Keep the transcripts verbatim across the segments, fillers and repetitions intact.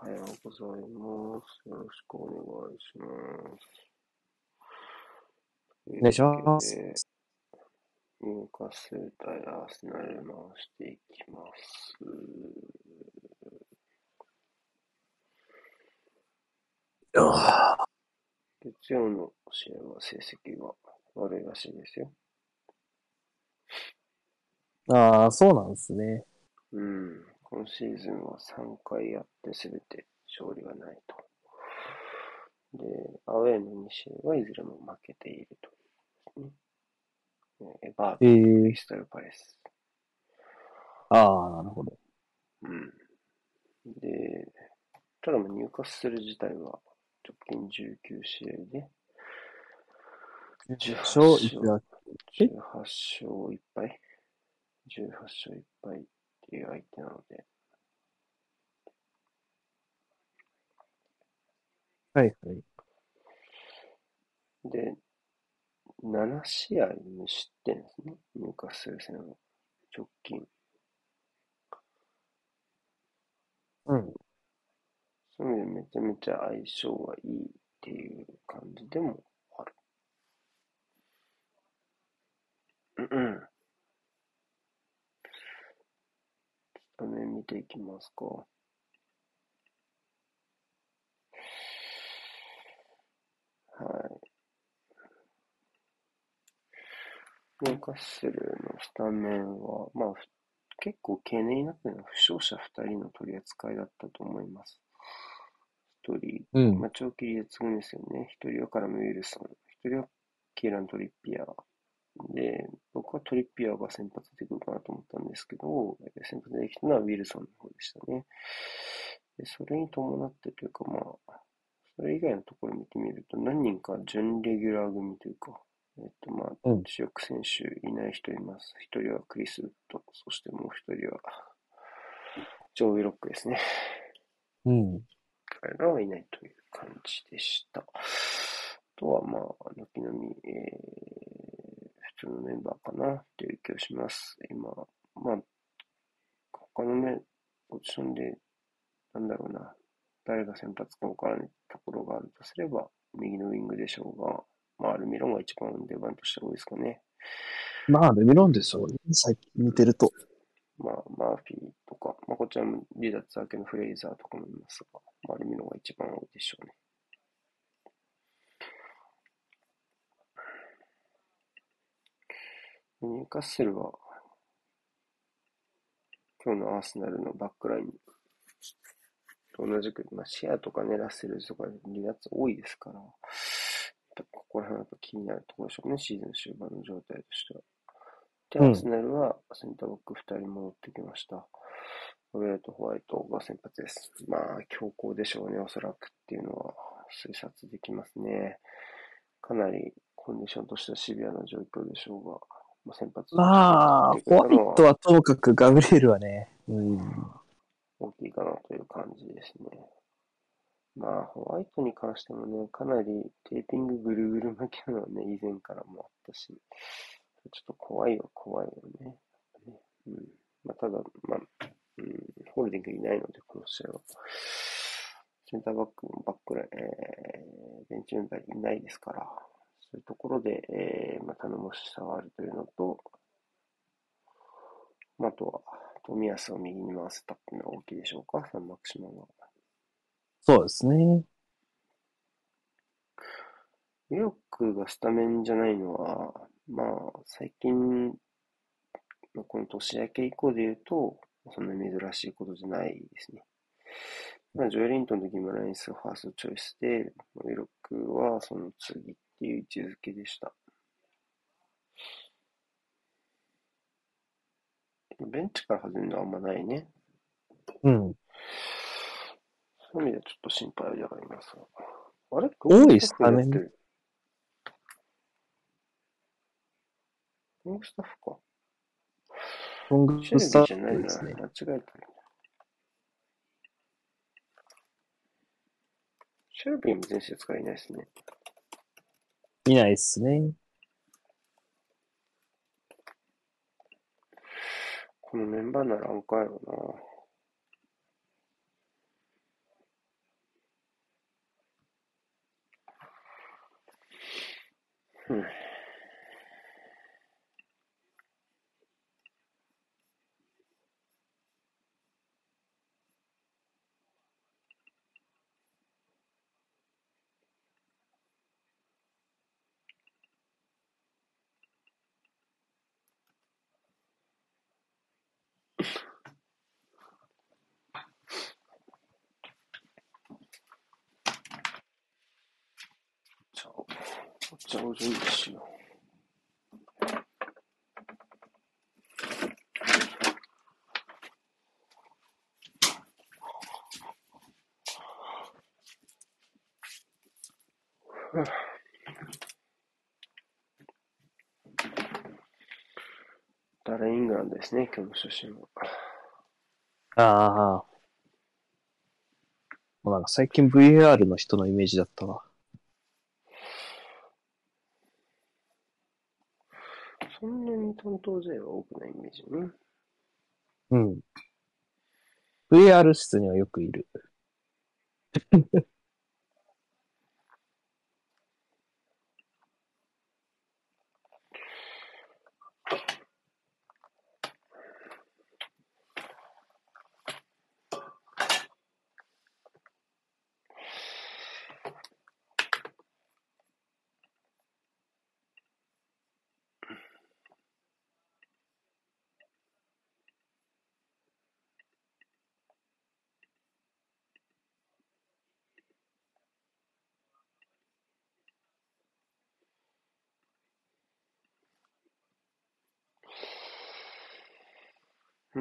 おはようございます。よろしくお願いします。といお願いしうわけます。 で、入荷数対アーセナル回していきます。 あ月曜の試合は成績が悪いらしいですよ。 あー、そうなんですね。 うん。今シーズンはさんかいやってすべて勝利がないと。で、アウェーのに試合はいずれも負けているというですね。エバーえトンとクリー、 スタルパレス。 ああ、なるほど。 うん。で、ただ入荷する自体は直近じゅうきゅう試合で18 勝、いち勝、 は、えじゅうはち勝いっぱい ?じゅうはち 勝いっぱいっていう相手なので、 はいはい。 で、なな試合無失点ですね。入荷する戦は直近。 うん。 そういう意味でめちゃめちゃ相性がいいっていう感じでもある。うんうん。画面見ていきますか。はい。ニューカッスルのスタメンは、まあ、結構懸念になっているのは負傷者ふたりの取り扱いだったと思います。ひとり、 うん。 まあ、長期離脱組ですよね。ひとりはカラム・ウィルソン、ひとりはキーラン・トリッピアー。で、僕はトリッピアーが先発できるかなと思ったんですけど、先発できたのはウィルソンの方でしたね。で、それに伴ってというか、まあ、それ以外のところを見てみると、何人か準レギュラー組というか、えっと、まあ、 うん。 主力選手いない人います。一人はクリス・ウッド、そしてもう一人はジョー・ウィロックですね。 うん。 彼らはいないという感じでした。あとは、まあ、軒並み、えー、普通のメンバーかなという気がします。今、まあ、他のね、ポジションで、なんだろうな、誰が先発か分からないところがあるとすれば、右のウィングでしょうが、まあ、アルミロンが一番出番として多いですかね。 まあ、レミロンでしょうね。最近見てると。 まあ、マーフィーとか、まあ、こちらも離脱明けのフレイザーとかもいますが、まあ、アルミロンが一番多いでしょうね。ニューカッスルは、今日のアーセナルのバックラインと同じく、まあ、シェアとかね、ラッセルズとか離脱多いですから、ここら辺はやっぱ気になるところでしょうね、シーズン終盤の状態としては。で、アーセうん。 ナルはセンターバックふたり戻ってきました。ウェイト、ホワイトが先発です。まあ、強行でしょうね、おそらくっていうのは推察できますね。かなりコンディションとしてはシビアな状況でしょうが、まあ、先発として戻っまあ、 てくれホワイたのはトはともかくガブリエルはね。うん。 大きいかなという感じですね。まあ、ホワイトに関してもね、かなりテーピングぐるぐる巻きなのはね、以前からもあったし、ちょっと怖いは怖いよね。ねうん。まあ、ただ、まあ、うん、ホールディングいないので、この試合は。センターバックもバックライン、えー、ベンチメンバーいないですから、そういうところで、えー、まあ、頼もしさがあるというのと、まあ、あとは、冨安を右に回せたっていうのは大きいでしょうか、サンマクシマンは。 そうですね。 ウィロックがスタメンじゃないのは、まあ、最近のこの年明け以降で言うと、そんなに珍しいことじゃないですね。まあ、ジョエリントンとギマランスがファーストチョイスで、ウィロックはその次っていう位置づけでした。ベンチから外れるのはあんまないね。 うん。 そういう意味ではちょっと心配ではありますが。あれロン多いグスタッスタメン。 フでやってる。ロングスタッフか。 ロンシェルビーグスタッじゃないな。 フですね。 間違えた。シェルビーも全節からいないですね。 いないっすね。 このメンバーならんかやろうん。じゃあ、お茶を準備しよう。ダレイングランドですね、今日の写真は。 ああ。もうなんか最近 ブイエーアール の人のイメージだったわ。 そんなに担当勢は多くないイメージね。 うん。ブイエーアール 室にはよくいる。うん。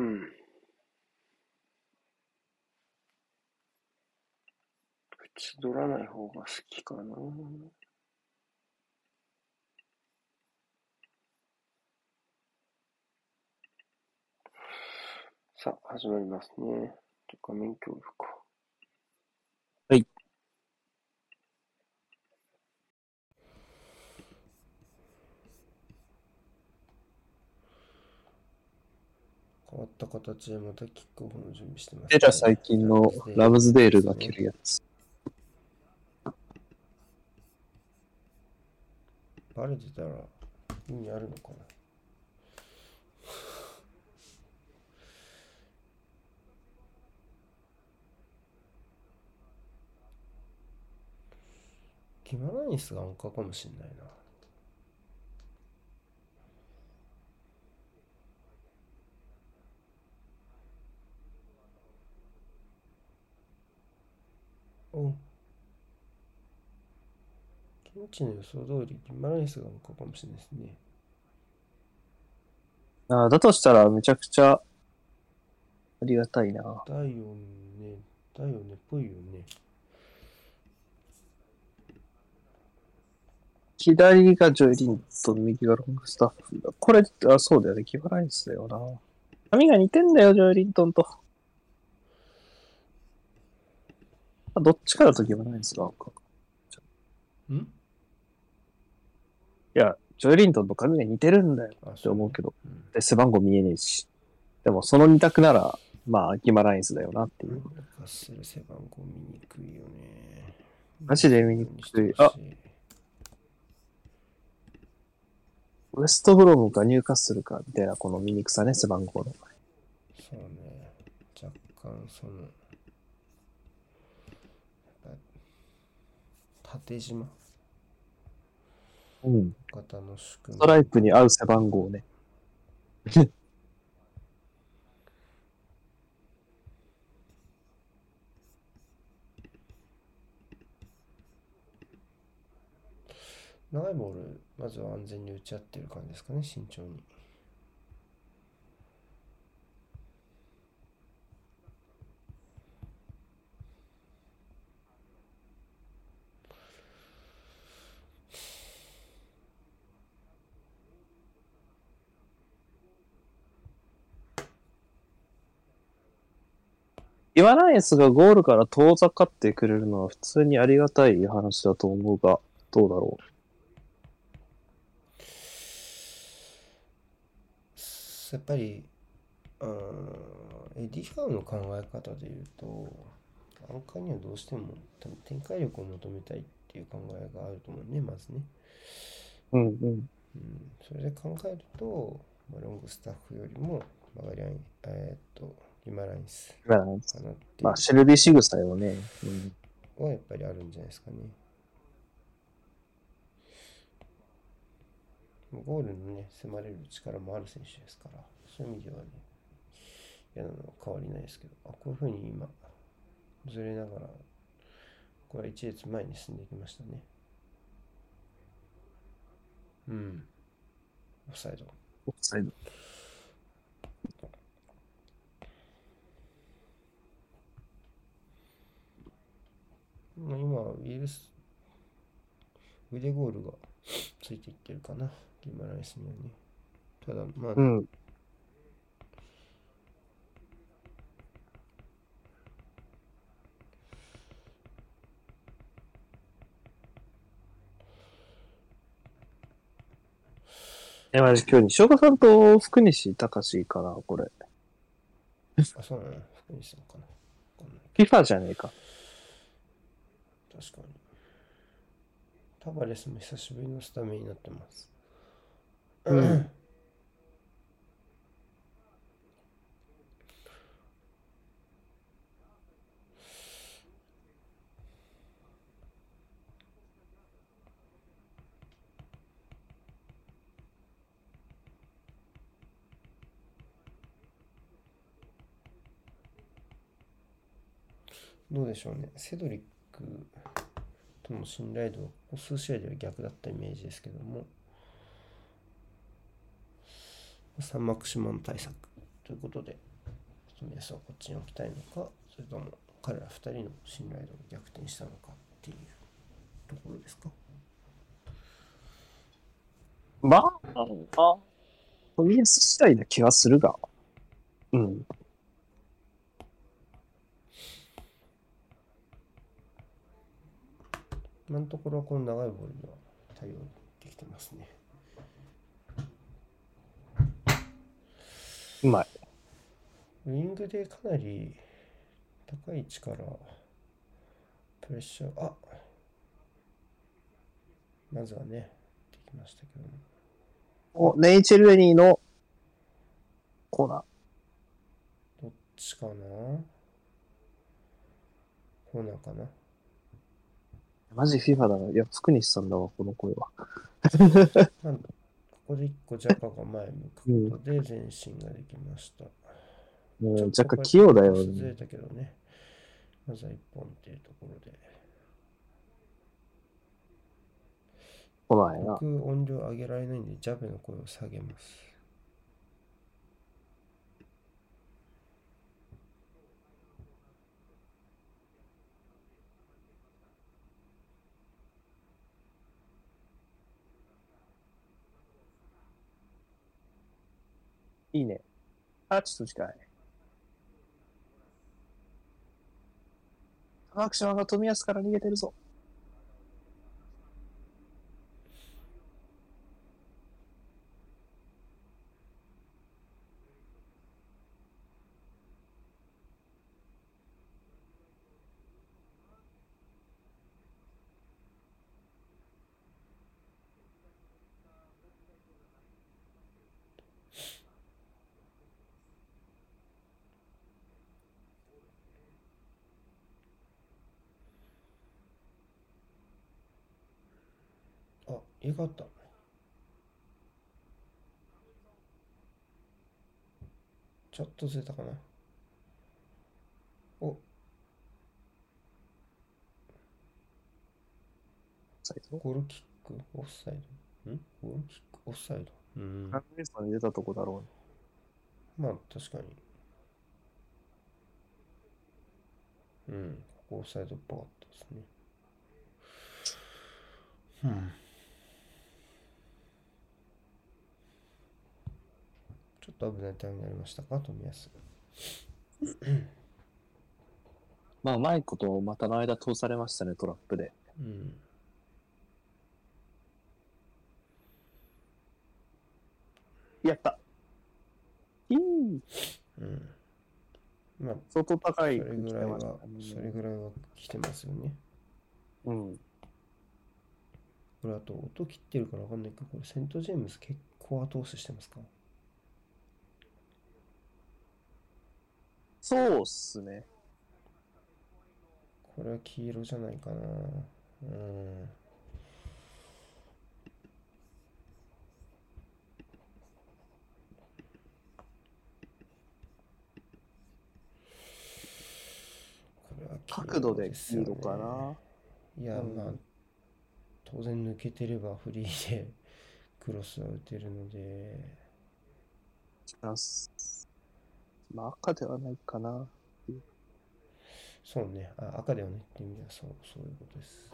縁取らない方が好きかな。さあ、始まりますね。画面共有か。はい。 変わった形でまたキックオフの準備してますね。 テラ最近のラムズデールが着るやつ。 バレてたら意味あるのかな。ギマラニスが安価かもしんないな。お、キムチの予想通りギマラニスが安価かもしれないですね。 ああ、だとしたらめちゃくちゃありがたいな。 だよね、だよね、ぽいよね。 左がジョエリントン、右がロングスタッフだ。これ、あ、そうだよね。ギバライスだよな。髪が似てんだよ、ジョエリントンと。どっちかだとギバライスが。 ん？ いや、ジョエリントンと髪が似てるんだよって思うけど。 うん、 で、背番号見えねえし。でも、その二択なら、まあ、ギマライスだよなっていう。 カッセル背番号見にくいよね。 マジで見にくい。あ、ウエストブロムかニューカッスルかみたいなこの見にくさね、背番号の。 そうね。若干その、やっぱ縦縞うん。 型の仕組み。 ストライプに合う背番号ね。 長いボール、まずは安全に打ち合ってる感じですかね、慎重に。 ギマライスがゴールから遠ざかってくれるのは普通にありがたい話だと思うが、どうだろやっぱり、うん、エディファーの考え方で言うと、アンカーにはどうしても多分展開力を求めたいっていう考えがあると思うね、まずね。 うんうん。 うん、それで考えると、まあ、ロングスタッフよりもマガリアン、えー、っとギマランイスまあ、 かなっていうまあ、シェルビー仕草よね。うん。 はやっぱりあるんじゃないですかね。ゴールのね、迫れる力もある選手ですから、そういう意味ではね、嫌なのは変わりないですけど、あ、こういうふうに今、ずれながら、これはいち列前に進んでいきましたね。うん。オフサイド。 オフサイド。 まあ、今、ウィルス、腕ゴールがついていってるかな、ギマランスにはね。ただ、まあ、 うん。え、マジ今日西岡さんと福西隆かな、これ。 あ、そうなの、福西さんかな。わかんない。 フィファ じゃねえか。 確かに。タバレスも久しぶりのスタメンになってます。 うん。 どうでしょうね。セドリックとの信頼度はここ数試合では逆だったイメージですけども、サンマクシマン対策ということで、冨安はこっちに置きたいのか、それとも彼らふたりの信頼度を逆転したのかっていうところですか。 まあ、あ、冨安次第な気はするが。うん。 今のところはこの長いボールには対応できてますね。 うまい。 ウイングでかなり高い位置からプレッシャー、あ、まずはね、できましたけども。 お、ネイチェルエニーのコーナー。 どっちかな、コーナーかな。 マジ FIFA だな。いや、福西さんだわ、この声は。 まあ、ここでいっこジャカが前向くことで前進ができました。 うん、 ちょっと若干これ器用だよコースずれね。 たけどね。まずはいっぽんっていうところで。 来ないな。 僕、音量上げられないんで、ジャベの声を下げます。 いいね。あ、ちょっと近い。高橋島が富安から逃げてるぞ。 あ、よかった。ちょっとずれたかな。お、ゴールキック、オフサイド。んゴールキック、オフサイド。うん。 ランゲストに出たとこだろまあ、確かに。うん。ここオフサイドっぽかったですね。うん。ちょっと危ないタイムになりましたか、冨安。 う。まあ、うまいこと、またの間通されましたね、トラップで。 うん。 やった。いい。 うん。まあ、 相当高いそれぐらいは、 来てましたね。 それぐらいは来てますよね。 うん。 これあと音切ってるからわかんないけど、これセントジェームズ結構後押ししてますか？ そうっすね。 これは黄色じゃないかな。うん。これは黄角度色ですよで黄色かね。 な。 いや、 うん、 まあ、当然抜けてればフリーでクロスは打てるので、 あすまあ赤ではないかな。 そうね、あ、赤だよねっていう意味ではそう、そういうことです。 うん。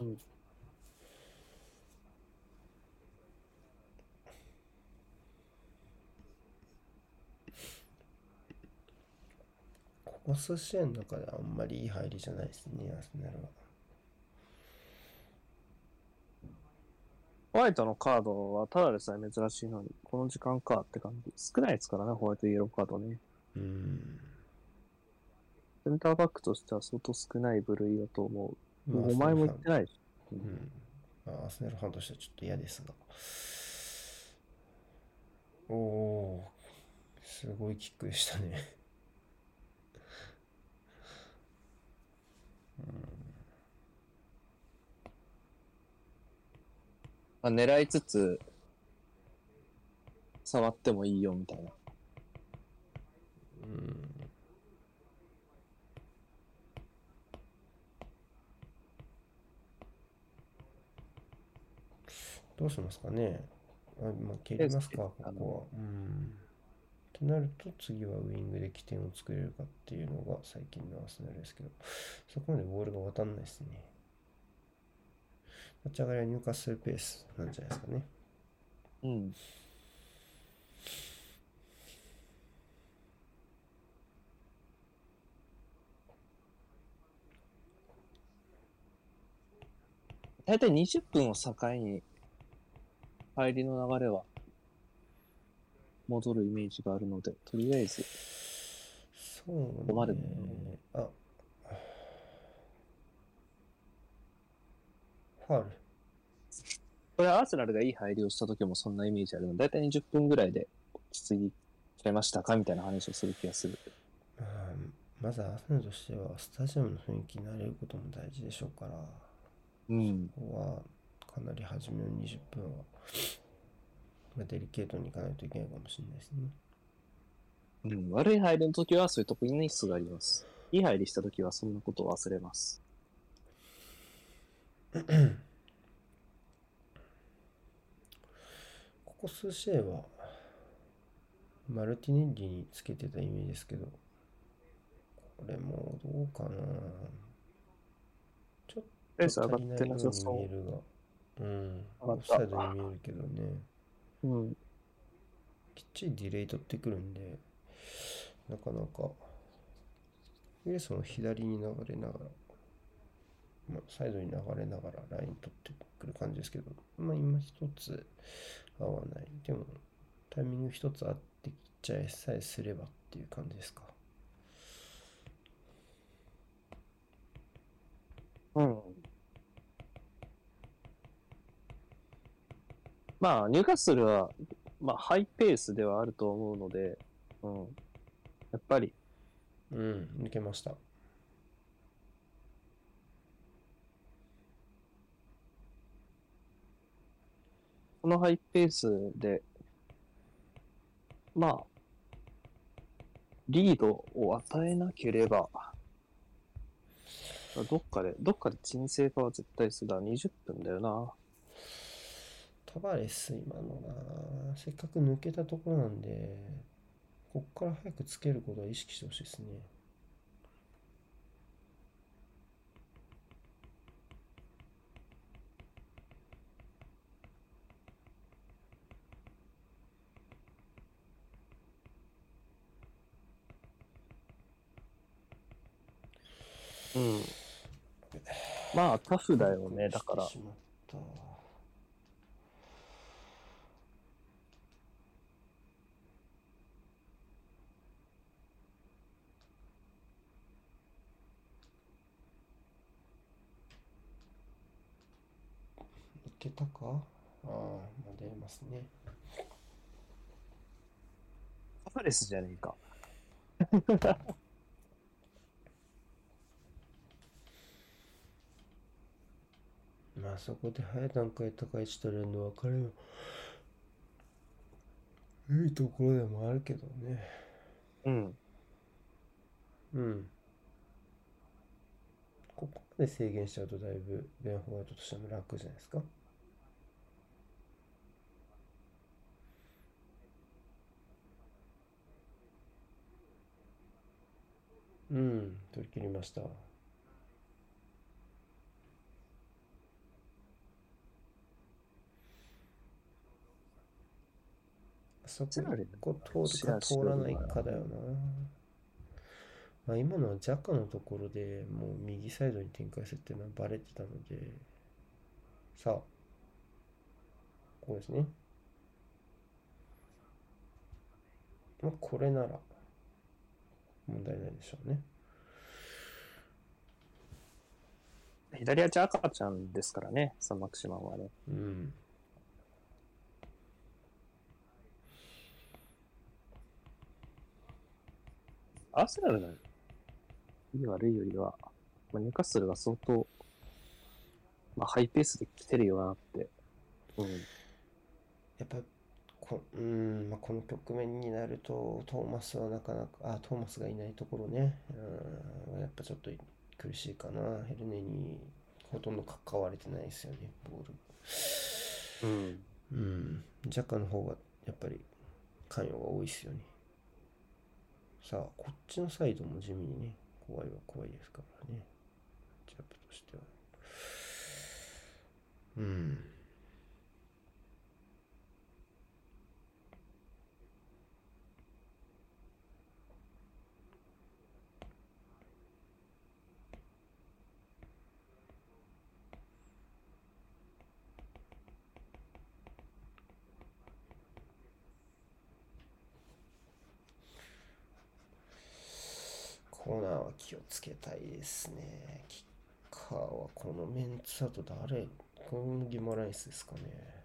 ここ数試合の中であんまりいい入りじゃないですね、アーセナルは。 ホワイトのカードはただでさえ珍しいのに、この時間かって感じ。少ないですからね、ホワイトイエローカードね。 うーん。 センターバックとしては相当少ない部類だと思う。 まあ、アーもうごまいセナルファン、 もいってないし。ううんん。まあ、アーセナルファンとしてはちょっと嫌ですが。おおー、すごいキックでしたね。 まあ、狙いつつ、触ってもいいよみたいな。 うん。どうしますかね。あ、まあ、蹴りますか、こあのこは。うん。となると、次はウイングで起点を作れるかっていうのが最近のアーセナルですけど、そこまでボールが渡んないですね。立ち上がりは入荷するペースなんじゃないですかね。 うん。大体にじゅっぷんを境に入りの流れは戻るイメージがあるので、とりあえず、 そうここまで。 ね。あ、ファール。 これアーセナルがいい入りをした時もそんなイメージあるので、大体にじゅっぷんぐらいで落ち着いちゃいましたかみたいな話をする気がする。 まあ、まずアーセナルとしては、スタジアムの雰囲気に慣れることも大事でしょうから、 うん。 ここはかなり初めのにじゅっぷんは、まあ、デリケートにいかないといけないかもしれないですね。 うん、悪い入りの時はそういうところに素があります。いい入りした時はそんなことを忘れます。 ここ数試合は、マルティネッリにつけてたイメージですけど、これもどうかな。ちょっペース上と足りながってないように見えさそるが、うん、 う。上がっオフサイドた。 に見えるけどね、 うん。 きっちりディレイ取ってくるんで、なかなか、ウィルソンは左に流れながら、まあ、サイドに流れながらライン取ってくる感じですけど、まあ今一つ合わない。でも、タイミング一つ合ってきちゃいさえすればっていう感じですか。 うん。まあ、ニューカッスルは、まあ、ハイペースではあると思うので、うん。やっぱり、 うん、抜けました。 このハイペースで、まあ、リードを与えなければ、どっかで、どっかで沈静化は絶対するだ。にじゅっぷんだよな。 タバレス、今のな、せっかく抜けたところなんで、こっから早くつけることは意識してほしいですね。 うん。まあ、タフだよね。だしから、 てしまった。 けたか。ああ、まあ出ますね。 タファレスじゃねえか。 まあそこで早い段階で高い位置取れるのは彼のいいところでもあるけどね。 うん。 うん。ここまで制限しちゃうとだいぶベン・ホワイトとしても楽じゃないですか。うん、取り切りました。そこ一個通るか通らないかだよな。まあ、今のはジャカのところでもう右サイドに展開するっていうのはバレてたので、さあ、ここですね。まあ、これなら問題ないでしょうね。 左足赤ちゃんですからね、サンマクシマンはね。 うん。 アーセナルのいい悪いよりは、まあ、ニューカッスルが相当、まあ、ハイペースで来てるよなって。うん。 やっぱこ,、うんまあ、この局面になるとトーマスはなかなかあトーマスがいないところね、うん、やっぱちょっと苦しいかな。ヘルネにほとんど関われてないですよね、ボール。 うん。 うん、ジャカの方がやっぱり関与が多いですよね。さあ、こっちのサイドも地味にね、怖いは怖いですからね。ジャップとしては。うん。コーナーは気をつけたいですね。キッカーはこのメンツだと誰、このギマライスですかね。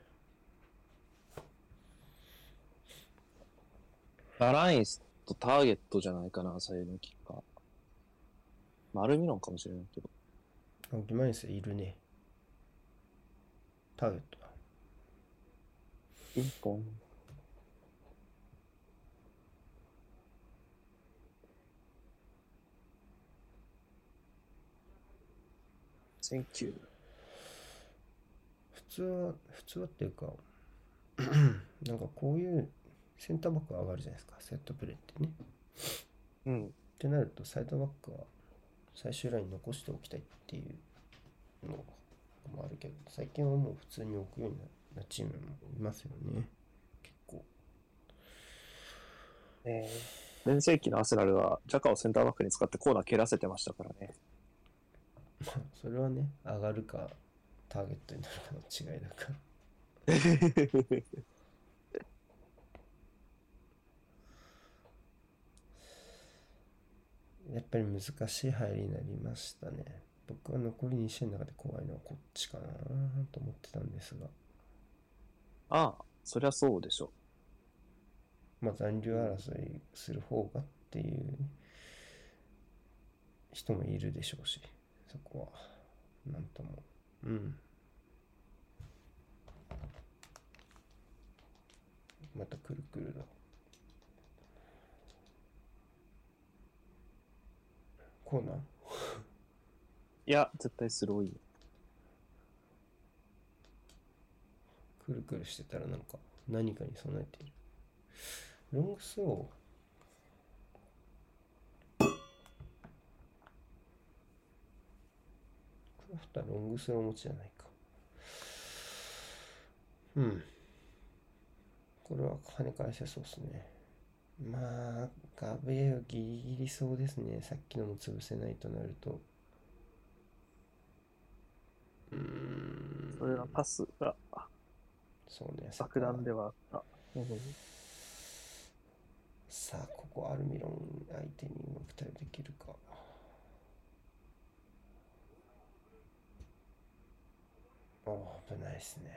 バランスとターゲットじゃないかな、左右のキッカー。マルミノンかもしれないけど。 あ、ギマライスいるね。ターゲットだ。 ピンポン。センキュー。 普通は、普通はっていうか、なんかこういうセンターバック上がるじゃないですか、セットプレーってね。 うん。 ってなると、サイドバックは最終ライン残しておきたいっていうのもあるけど、最近はもう普通に置くようなチームもいますよね、結構。 えー、前世紀のアスラルはジャカをセンターバックに使ってコーナー蹴らせてましたからね。 それはね、上がるかターゲットになるかの違いだから。やっぱり難しい入りになりましたね。僕は残りに試合の中で怖いのはこっちかなと思ってたんですが。 ああ、そりゃそうでしょ。 まあ残留争いする方がっていう人もいるでしょうし、そこはなんとも。うん。またくるくるだ。コーナーいや、絶対スローイン。 くるくるしてたらなんか何かに備えている。ロングスロー。クラフターロングスロー持ちじゃないか。うん。これは跳ね返せそうですね。まあ、ガベーギリギリそうですね。さっきのも潰せないとなると。うーん。 それはパスがそうね。 爆弾ではあった。 さあ、ここアルミロン相手にうまく対応できるか。ああ、 危ないですね。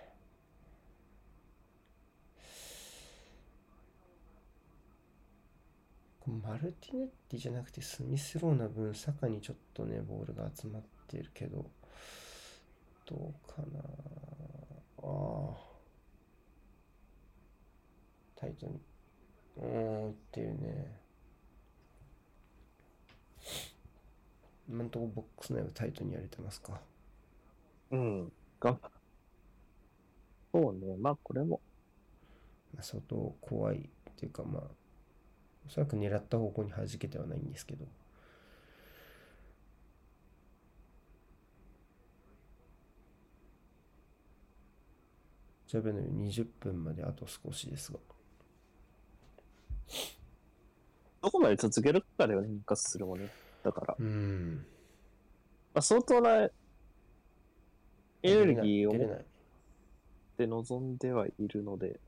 マルティネッティじゃなくてスミスローな分、サカにちょっとね、ボールが集まってるけど、どうかな。ああ、タイトに。うーんっていうね。今んとこボックス内はタイトにやれてますか。 うん。が、そうね。まあ、これも。 まあ、相当怖いっていうか、まあ、おそらく狙った方向に弾けてはないんですけど。ジャベのようににじゅっぷんまであと少しですが。 どこまで続けるかだよね、ニューカッスルもね。だから、 うーん。 まあ、相当なエネルギーを持っ出れない。 て臨んではいるので、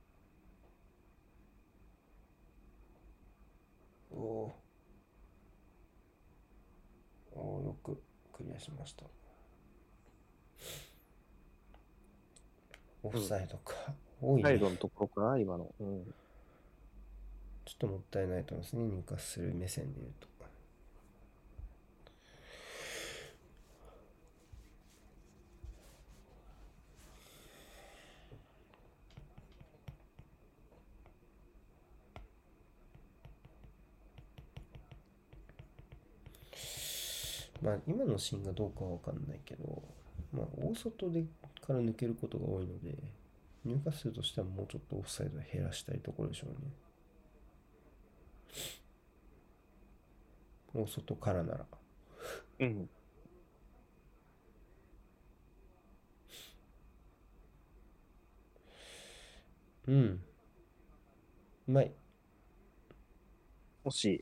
おおー。おー、よくクリアしました。オフサイドか。多いね。 サイドのところかな、今の。うん。 ちょっともったいないと思いますね。入荷する目線で言うと。まあ今のシーンがどうかはわかんないけど、まあ大外でから抜けることが多いので、入荷数としてはもうちょっとオフサイドを減らしたいところでしょうね。大外からなら。 うん。 うん。うまい。 もし、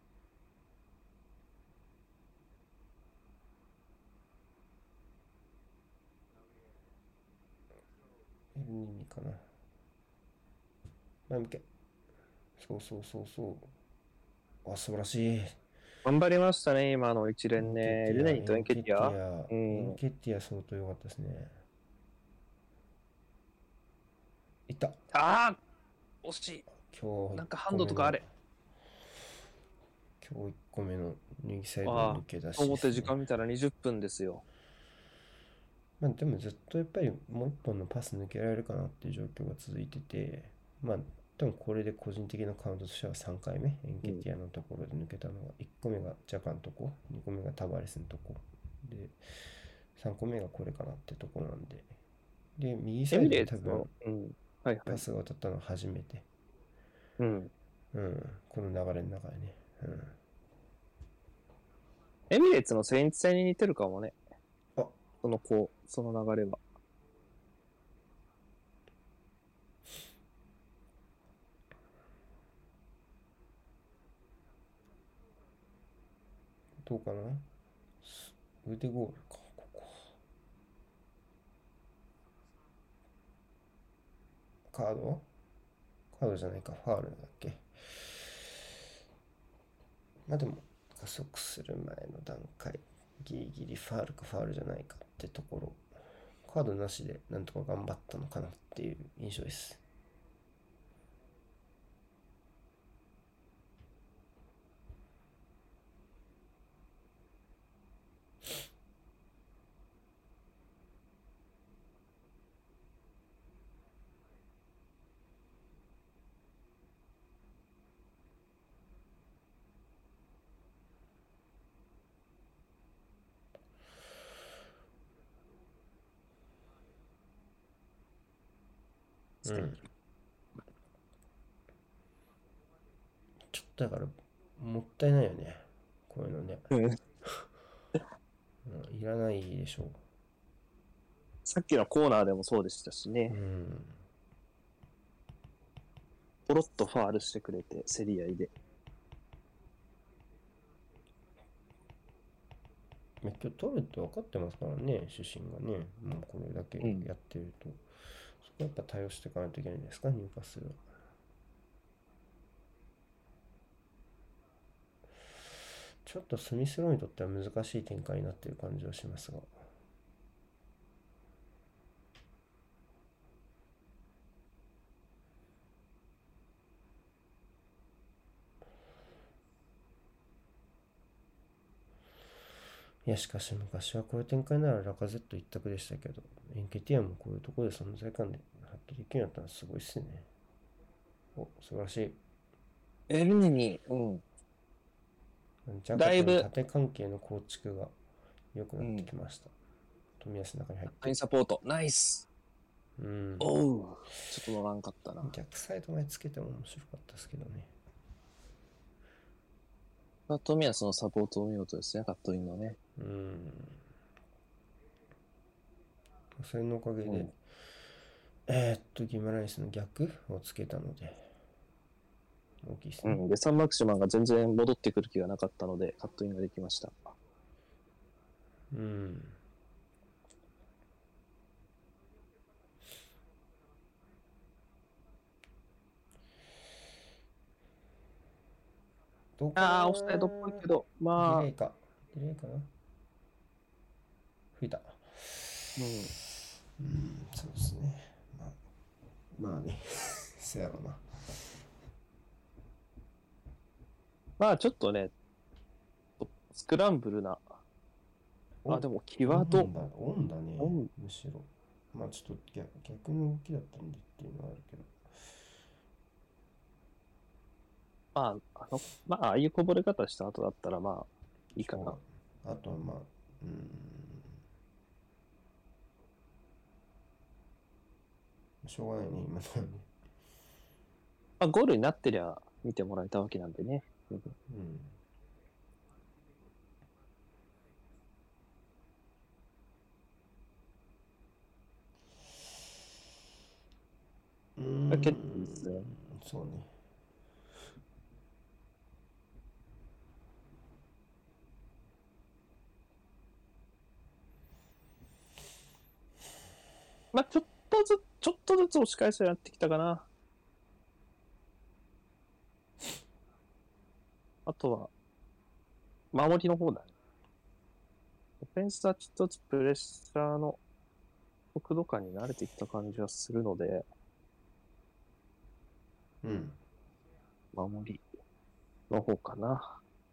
エルニーニかな。前向け。そうそうそうそう。あ、素晴らしい。 頑張りましたね、今の一エンケ連ね。 ティア、 ルネニとエンエンケテケティア。 ィア、エンうん。 ケティア相当良かったですね。いった。 ああ惜しい。 今日1 なんかハン個目の、 ドとかあれ。 今日いっこめの右サイドああ、 抜け出と思って時しですね。 間見たらにじゅっぷんですよ。 まあでもずっとやっぱりもう一本のパス抜けられるかなっていう状況が続いてて、まあ多分これで個人的なカウントとしてはさんかいめ、エンケティアのところで抜けたのが、いっこめがジャカのとこ、にこめがタバレスのとこ、で、さんこめがこれかなってところなんで、で、右サエミイドで多分レーツの、うん。はいはパい。 スが渡ったのは初めて、 うん。 うん、この流れの中でね、うん。 エミレーツのセインツ戦に似てるかもね。 あ、 そのこう、その流れは。 どうかな、腕ゴールか、ここ。カードカードじゃないか、ファールだっけ。まあでも、加速する前の段階、ギリギリファールかファールじゃないかってところ、カードなしでなんとか頑張ったのかなっていう印象です。うん。ちょっとだから、もったいないよね。こういうのね。 うん。 うん、いらないでしょさっきのコーナーでもそうでしたしう。うね。 ん。 ポロッとファールしてくれて、競り合いで。 今日取るって分かってますからね、主審がね。もうこれだけやってると。うん、そこやっぱ対応していかないといけないんですか、入荷する。ちょっとスミスローにとっては難しい展開になっている感じはしますが。 いや、しかし昔はこういう展開ならラカゼット一択でしたけど、エンケティアもこういうところで存在感で発揮できるようになったらすごいっすね。お、素晴らしい。 エルニに、うん。 ジャカだいぶとの縦関係の構築が良くなってきました。富安の中に入ってラインサポート、ナイス。 うん。 おう、ちょっと乗らんかったな。 逆サイド前つけても面白かったですけどね。 富安のサポートを見事ですね、カットインのね。 うん。それのおかげで、うん、えー、っと、ギマランイスの逆をつけたので、大きいですね。 うん。で、サンマクシマンが全然戻ってくる気がなかったので、カットインができました。 うん。どうかな。 ああ、オフサイドっぽいけど、まあ。 ディレイか。ディレイかな。吹いた。 うん。 うん、そうですね。まあ、まあね。そやろな。 まあ、ちょっとね、スクランブルな。あ、でも、際ど。 オンだ、オンだね。むしろ。まあ、ちょっと逆逆の動きだったんでっていうのはあるけど。 まあ、あの、まあ、ああいうこぼれ方した後だったら、まあ、いいかな。 あとは、まあ、うん。しょうがないね、今のはね。 まあ、ゴールになってりゃ見てもらえたわけなんでね。 うん。うん。 決定ですね。 そうね。 まあ、ちょっとずつ、ちょっとずつ押し返すようになってきたかな。あとは、守りの方だね。オフェンスはちょっとずつプレッシャーの速度感に慣れてきた感じはするので、 うん。 守りの方かな。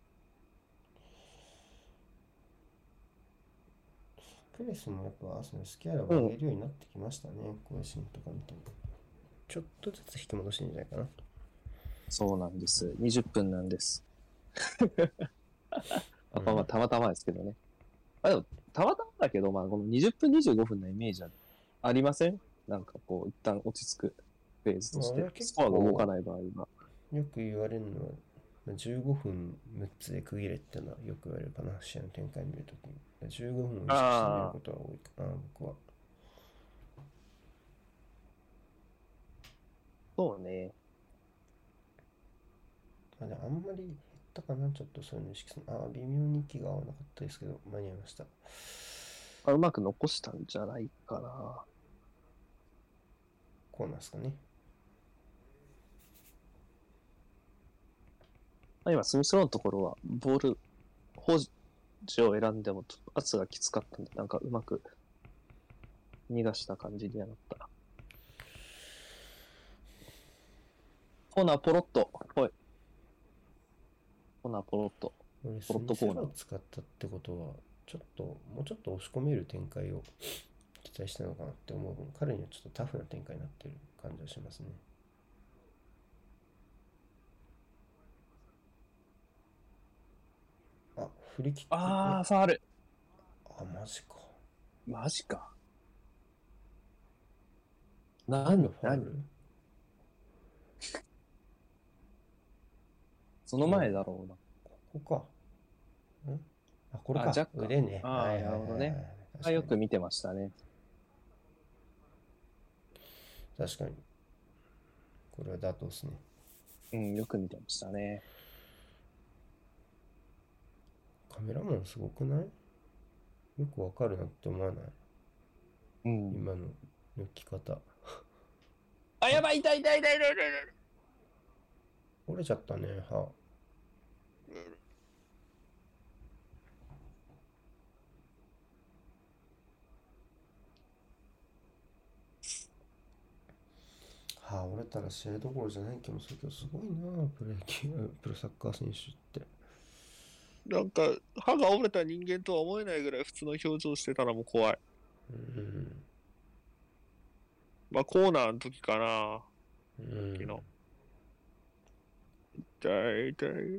プレスもやっぱそのスキャラを上げるようになってきましたね。うん、こういうシーンとか見ても。ちょっとずつ引き戻してんじゃないかな。 そうなんです。にじゅっぷんなんです。あまあ、たまたまですけどね。あ、でも、たまたまだけど、まあ、このにじゅっぷん、にじゅうごふんのイメージはありません？なんかこう、一旦落ち着くフェーズとして、スコアが動かない場合は。 よく言われるのは、じゅうごふんむっつで区切れってのはよく言われるかな、試合の展開見るときに。じゅうごふんを意識して見ることは多いかな、僕は。 そうね。 あ、であんまり減ったかな、ちょっとそういうの意識する。あ、微妙に息が合わなかったですけど、間に合いました。 あ、うまく残したんじゃないかな。 こうなんですかね。 今、スミスローのところは、ボール、保持を選んでも、ちょっと圧がきつかったんで、なんかうまく逃がした感じにはなった。コーナーポロッと。ほい。コーナーポロッと。 俺、スミスローを使ったってことは、ちょっと、もうちょっと押し込める展開を期待したのかなって思う分、彼にはちょっとタフな展開になってる感じがしますね。あ、振り切って。 あー、ファール。 あ、マジか。 マジか。なんだ、ファールその前だろうな。 ここか。んあ、これか。 あ、ジャッ腕ね。 ああ、なるほどね。あ、よく見てましたね。 確かに。これは妥当ですね。 うん、よく見てましたね。 カメラマンすごくない？よくわかるなって思わない？ うん。 今の抜き方。 あ、やばい、痛い痛い痛い痛い痛い。 折れちゃったね、歯。歯折れたら試合どころじゃない気もするけど、すごいな、プロ野球、プロサッカー選手って。 なんか、歯が折れた人間とは思えないぐらい普通の表情してたらもう怖い。 うんまあ、コーナーの時かな。 うん時の。痛い痛い。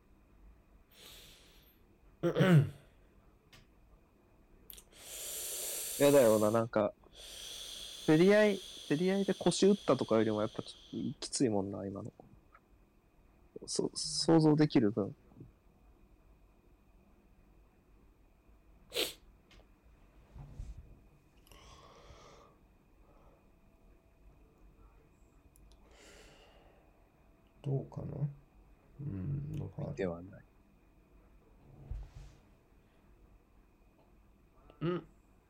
やだよな、なんか、競り合い、競り合いで腰打ったとかよりもやっぱちょっときついもんな、今の。そ、想像できる分。 どうかな。うんのがある。 ではない。 うん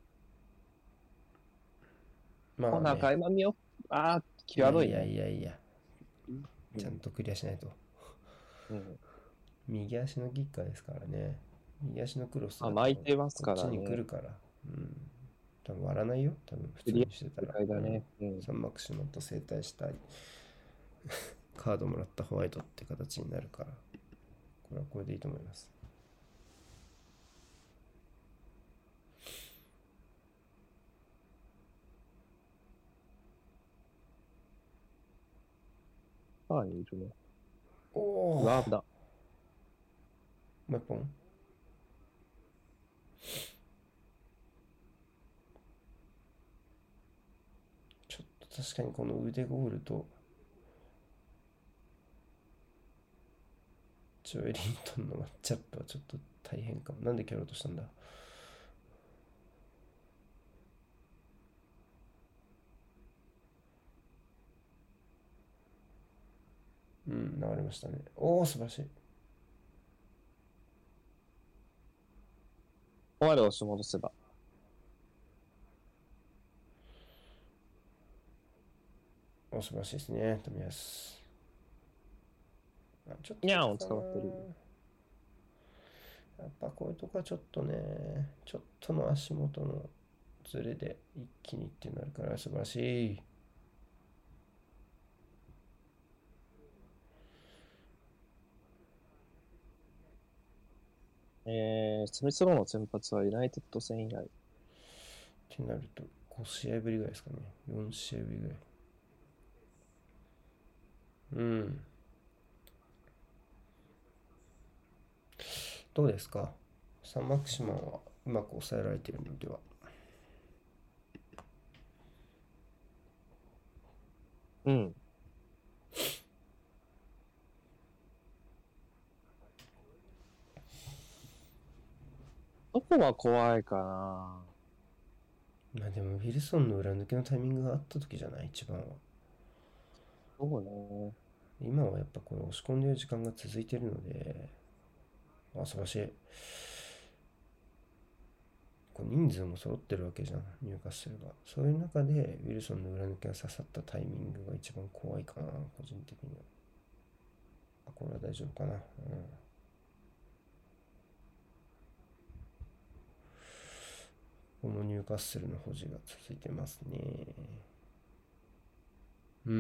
まあコーナーか、 ね。 今見よう。ああ、 いや際どいね。 いやいやいや、 うんちゃんとクリアしないと。 うん。 右足のキッカーですからね。右足のクロスだあ、 と巻いてますこっちにからね。 来るから。うん。多分割らないよ。多分普通クリにしてたら。 アだね。うん。 サンマクシマンと整体したい。カードもらったホワイトって形になるから。これはこれでいいと思います。 ああ、いるね。 おお。 ガーブだ。 もう一本。ちょっと確かにこの腕ゴールとジョエリントンのマッチアップはちょっと大変かも。なんで蹴ろうとしたんだ。うん、流れましたね。おお、素晴らしい。 ここまで押し戻せば。 お素晴らしいですね、富安。あちょっとにゃーん、 かな。 捕まってる。 やっぱこういうとこはちょっとね、ちょっとの足元のズレで一気にってなるから素晴らしい。 えー、スミスローの先発はユナイテッド戦以来。 ってなるとご試合ぶりぐらいですかね。よん試合ぶりぐらい。うん。どうですか、サンマクシマンはうまく抑えられているのでは。 うん。どこが怖いかな。 まあでもウィルソンの裏抜けのタイミングがあった時じゃない、一番は。 そうね。 今はやっぱこれ押し込んでる時間が続いてるので、あ、素晴らしい。こう人数も揃ってるわけじゃん、入荷するが。そういう中でウィルソンの裏抜けが刺さったタイミングが一番怖いかな、個人的には。あ、これは大丈夫かな。うん。このニューカッスルの保持が続いてますね。うん。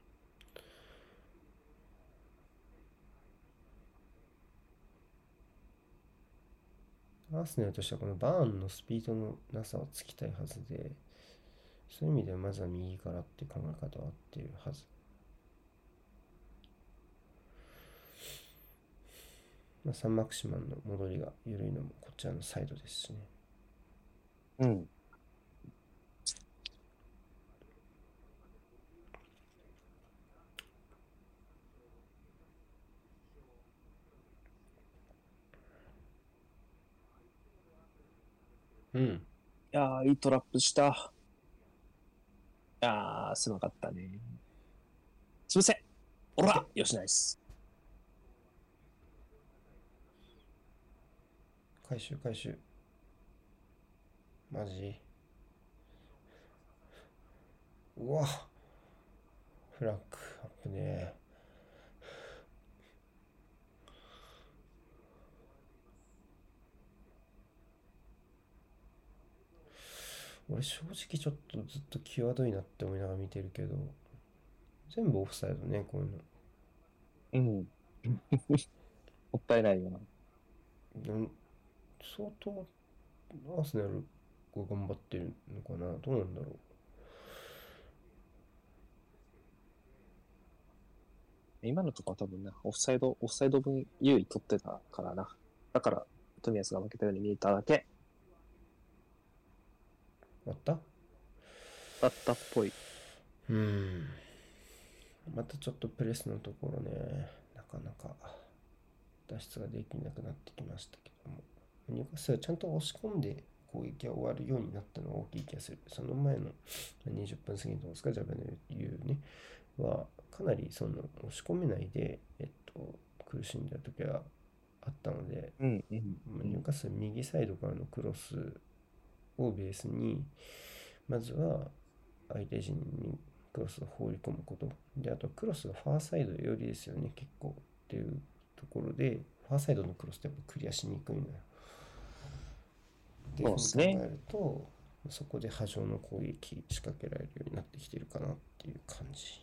アーセナルとしてはこのバーンのスピードのなさをつきたいはずで、そういう意味ではまずは右からっていう考え方は合っているはず。まあ、サンマクシマンの戻りが緩いのもこちらのサイドですしね。 うん。 うん。いやー、いいトラップした。いやー、すまかったね。すみません。おらよしナイス。 回収回収。マジ。うわ、フラッグアップね。俺正直ちょっとずっと際どいなって思いながら見てるけど、全部オフサイドね、こういうの。 うん。もったいないよな。 なん相当アーセナルが頑張ってるのかな、どうなんだろ今のところは多分な、オフサイド、オフサイド分優位取ってたからな。だから、冨安が負けたように見えただけう。あっただったっぽい。 うーん。またちょっとプレスのところね、なかなか脱出ができなくなってきましたけども。ニューカッスルはちゃんと押し込んで攻撃が終わるようになったのが大きい気がする。その前のにじゅっぷん過ぎのとこですか、ジャベの言うね、は、かなりその押し込めないで、えっと、苦しんだ時はあったので、 うんうん、 まあニューカッスル右サイドからのクロスをベースに、まずは相手陣にクロスを放り込むこと。で、あとクロスがファーサイドよりですよね、結構っていうところで、ファーサイドのクロスってやっぱクリアしにくいのよ。っていうふうに考えると、そこで波状の攻撃仕掛けられるようになってきてるかなっていう感じ。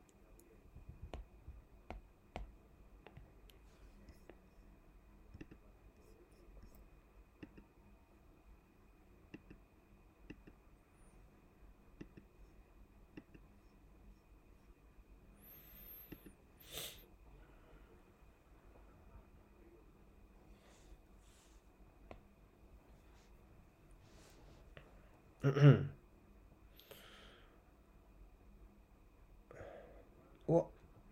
お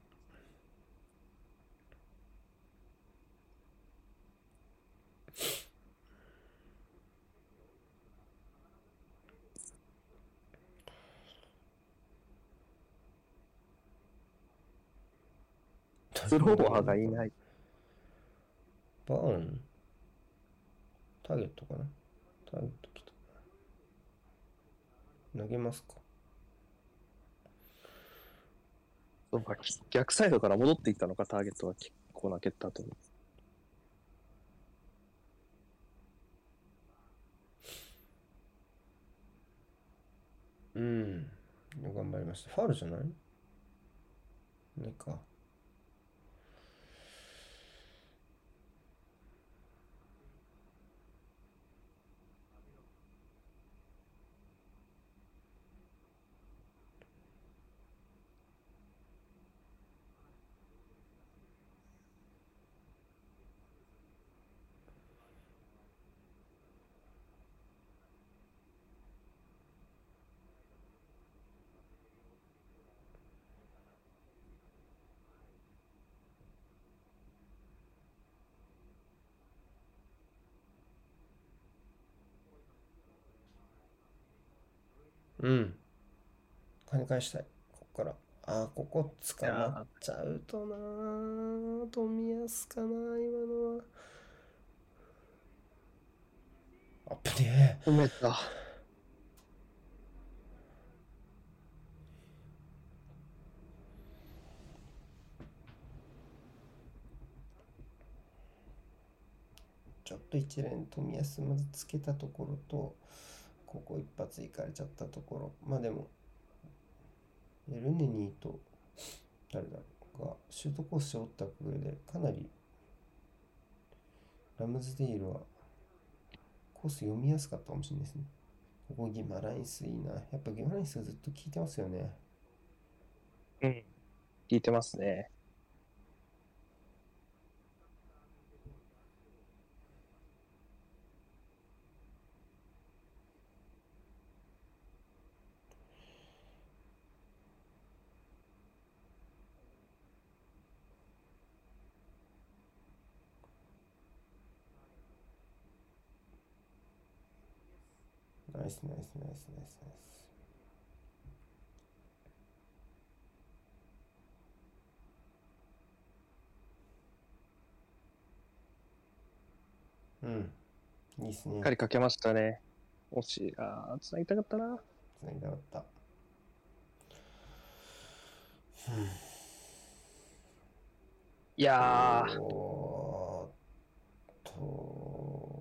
スローワーがいない。 バーンターゲットかなターゲット来た。投げますか。 そうか、逆サイドから戻ってきたのか、ターゲットが結構な蹴った後に。 うん。頑張りました。ファウルじゃないないか。うん。金返したい。ここから。ああ、ここ捕まっちゃうとなー。冨安かな、今のは。あっぶね止めた。 ちょっと一連冨安まずつけたところと、ここ一発いかれちゃったところ。まあでも、エルネニーと誰だろうが、シュートコースを折ったおかげで、かなりラムズデイルはコース読みやすかったかもしれないですね。ここギマランイスいいな。やっぱギマランイスがずっと効いてますよね。 うん。聞いてますね。 ナイスナイスナイスナイスナイス。うん。いいっすね。 しっかりかけましたね。惜しい。ああ、繋ぎたかったな。 つなぎたかった。 いやー。 おーっと。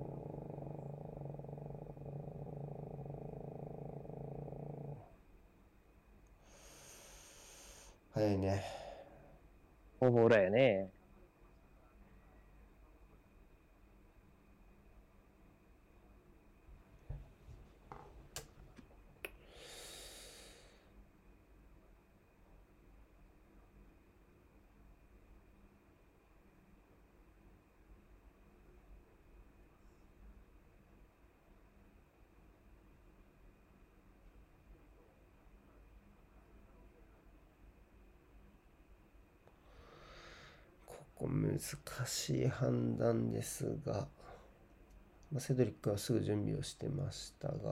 早いね。 ほぼだよね。 構難しい判断ですが、まあ、セドリックはすぐ準備をしてましたが、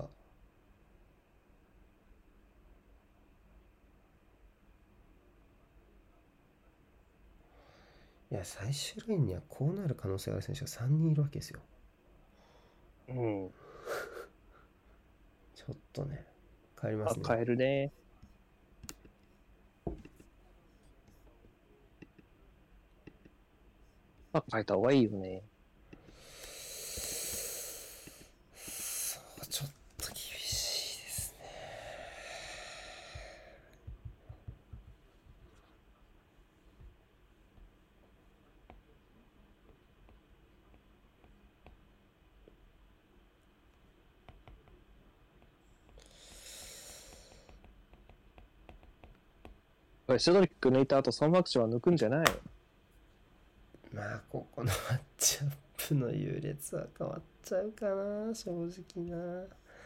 いや、最終ラインにはこうなる可能性がある選手がさんにんいるわけですよ。 うん。 ちょっとね、変わりまあ、 すね。 変えるね。あ、変えた方がいいよね。 そう、ちょっと厳しいですね。 これセドリック抜いた後、ソンファクションは抜くんじゃない？ まあ、ここのマッチアップの優劣は変わっちゃうかな、正直な。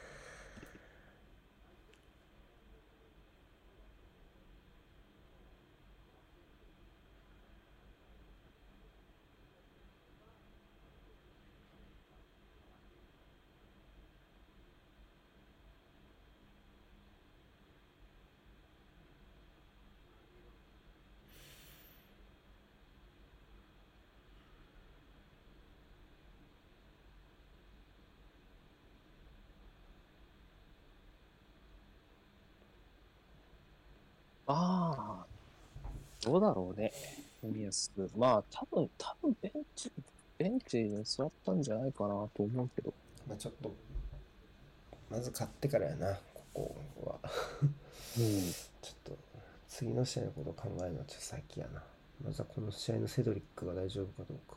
ああ、どうだろうね。森保。まあ、多分、多分ベンチ、ベンチに座ったんじゃないかなと思うけど。 まあ、ちょっと、まず勝ってからやな、ここは。 うん。 ちょっと、次の試合のことを考えるのはちょっと先やな。まずはこの試合のセドリックが大丈夫かどうか。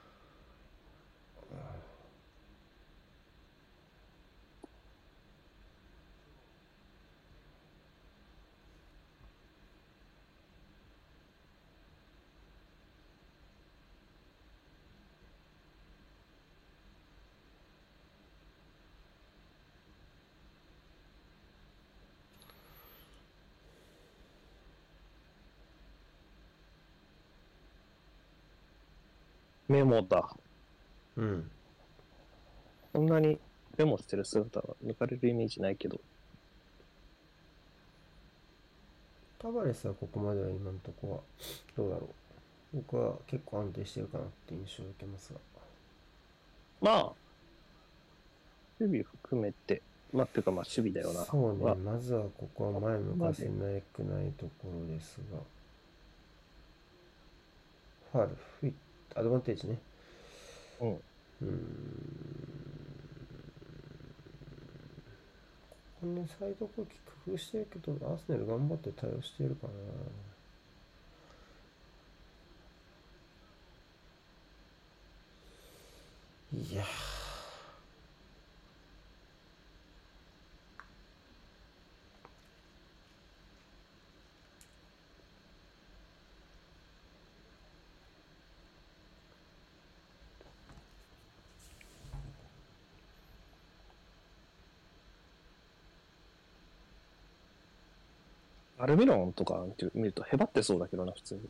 メモだ。 うん。 そんなにメモしてる姿は抜かれるイメージないけど。 タバレスはここまでは今のところはどうだろう。僕は結構安定してるかなって印象を受けますが。 まあ、守備含めて、まあ、っていうかまあ守備だよな。 そうね、 はまずはここは前向かせないくないところですが。ファール、フィット、アドバンテージね。 うん。 うーん。こんなサイド攻撃工夫してるけど、アーセナル頑張って対応しているかな。いやー。 アルミロンとか見るとへばってそうだけどな、普通に。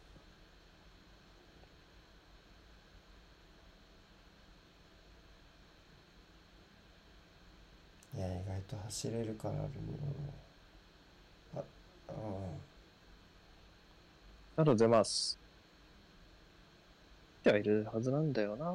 いや、意外と走れるからアルミロンは。あ、ああ。 ありがとうございます。じゃあいるはずなんだよな。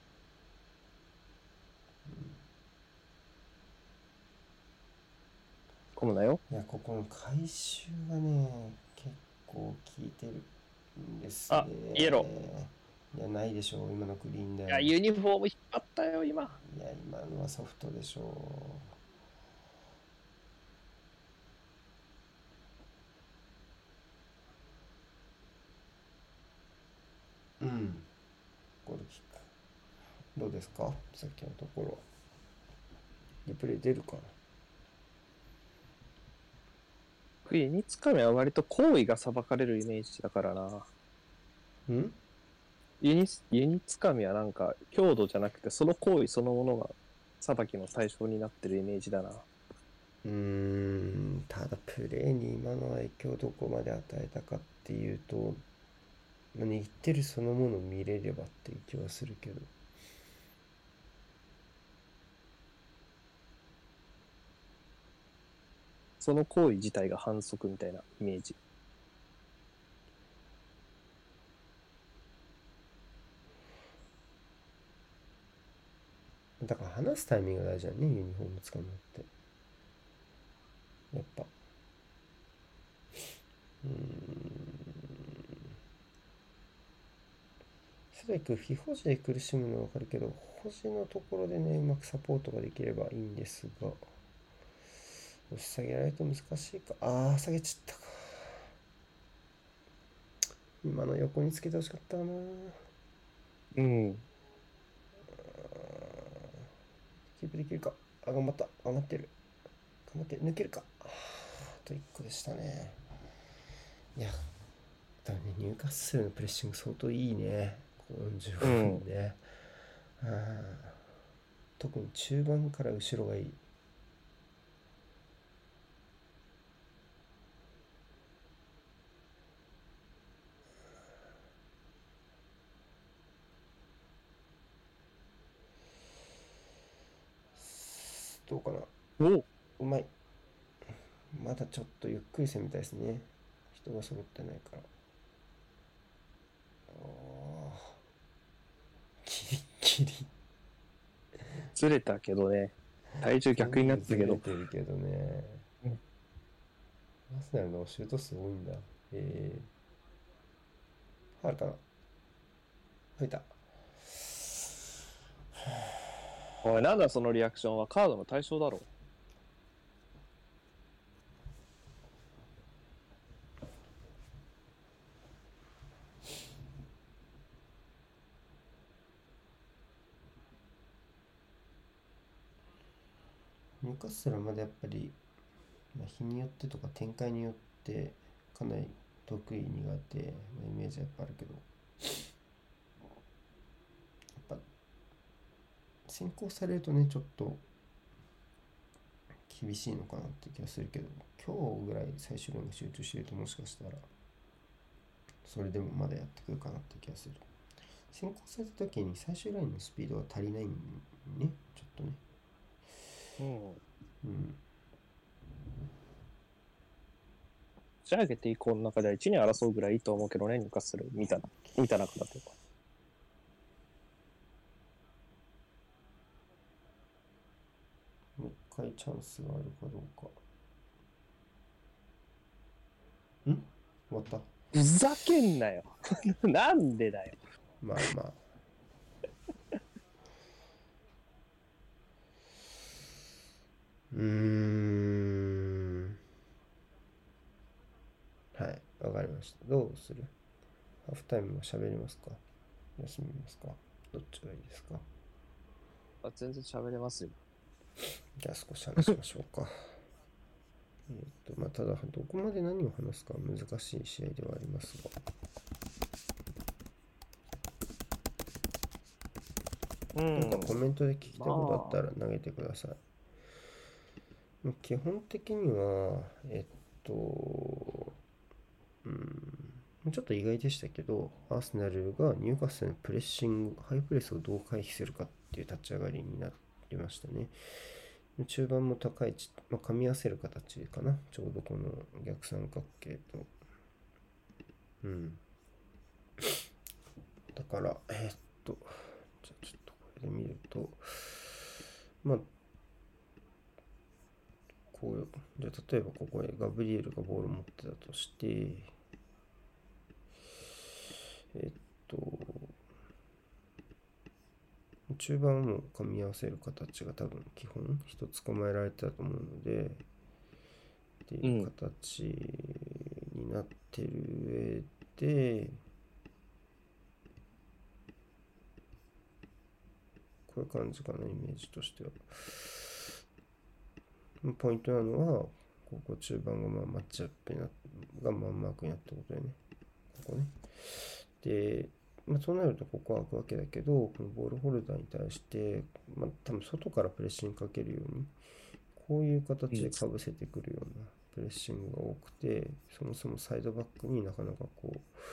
混むなよ。 いや、ここの回収がね、結構効いてるんですね。 あ、イエロいや、ないでしょう、今のグリーンだー。いよ。 や、ユニフォーム引っ張ったよ、今。 いや、今のはソフトでしょう。うん。ゴールキック。どうですかさっきのところ。リプレイ出るかな。 ユニつかみは割と行為が裁かれるイメージだからな。 んユニ、ユニつかみはなんか強度じゃなくてその行為そのものが裁きの対象になってるイメージだな。 うーん、ただプレーに今の影響をどこまで与えたかっていうと、 握ってるそのものを見れればっていう気はするけど。 その行為自体が反則みたいなイメージ。 だから話すタイミングが大事だね、ユニフォーム使うのって。やっぱ。うーん。ストライク、非保持で苦しむのはわかるけど、保持のところでね、うまくサポートができればいいんですが、押し下げられると難しいか。ああ、下げちったか。今の横につけてほしかったな。 うん。 キープできるか。あ、頑張った。頑張ってる。頑張って、抜けるか。あといっこでしたね。いや、だね、ニューカッスルのプレッシング相当いいね。よんじゅうごふんね。うん、特に中盤から後ろがいい。どうかな。 おうまい。まだちょっとゆっくり攻めたいですね。人が揃ってないから。ギリギリ。 ずれたけどね。体重逆になったけど。 ずれてるけどね。 うん、 アーセナルのシュート数多いんだ。えー。はるかな。吹いた。 おい、なんだそのリアクションは。カードの対象だろ。 ニューカッスルはまだやっぱり、まあ、日によってとか展開によってかなり得意苦手なイメージはやっぱあるけど、やっぱ先行されるとねちょっと厳しいのかなって気がするけど、今日ぐらい最終ラインが集中してるともしかしたらそれでもまだやってくるかなって気がする。先行された時に最終ラインのスピードが足りないんね、ちょっとね。 うん。 うん。 仕上げて以降の中ではいちにん争うぐらいいいと思うけどね、ニューカッスル見た、見た中だと。 もう一回チャンスがあるかどうか。ん終わった。 ふざけんなよ。なんでだよ。 まあまあ。うーん。はい、わかりました。どうする？ハーフタイムも喋りますか？休みますか？どっちがいいですか？ あ、全然喋れますよ。 じゃあ少し話しましょうか。えっと、まあ、ただ、どこまで何を話すか難しい試合ではありますが。うん。なんかコメントで聞きたいことあったら投げてください。まあ、基本的には、えっと、うん、ちょっと意外でしたけど、アーセナルがニューカッスルのプレッシング、ハイプレスをどう回避するかっていう立ち上がりになりましたね。中盤も高い位置、まあ、噛み合わせる形かな。ちょうどこの逆三角形と。うん。だから、えー、っと、じゃあちょっとこれで見ると、まあ、こう、じゃあ例えばここへガブリエルがボールを持ってたとして、えっと、中盤はもう噛み合わせる形が多分基本一つ構えられてたと思うので、っていう形になってる上で、こういう感じかな、イメージとしては。ポイントなのは、ここ中盤がまあマッチアップにながまんマークになったことだよね。ここね。で、まあ、そうなるとここは開くわけだけど、このボールホルダーに対して、まあ、多分外からプレッシングかけるように、こういう形でかぶせてくるようなプレッシングが多くて、そもそもサイドバックになかなかこう、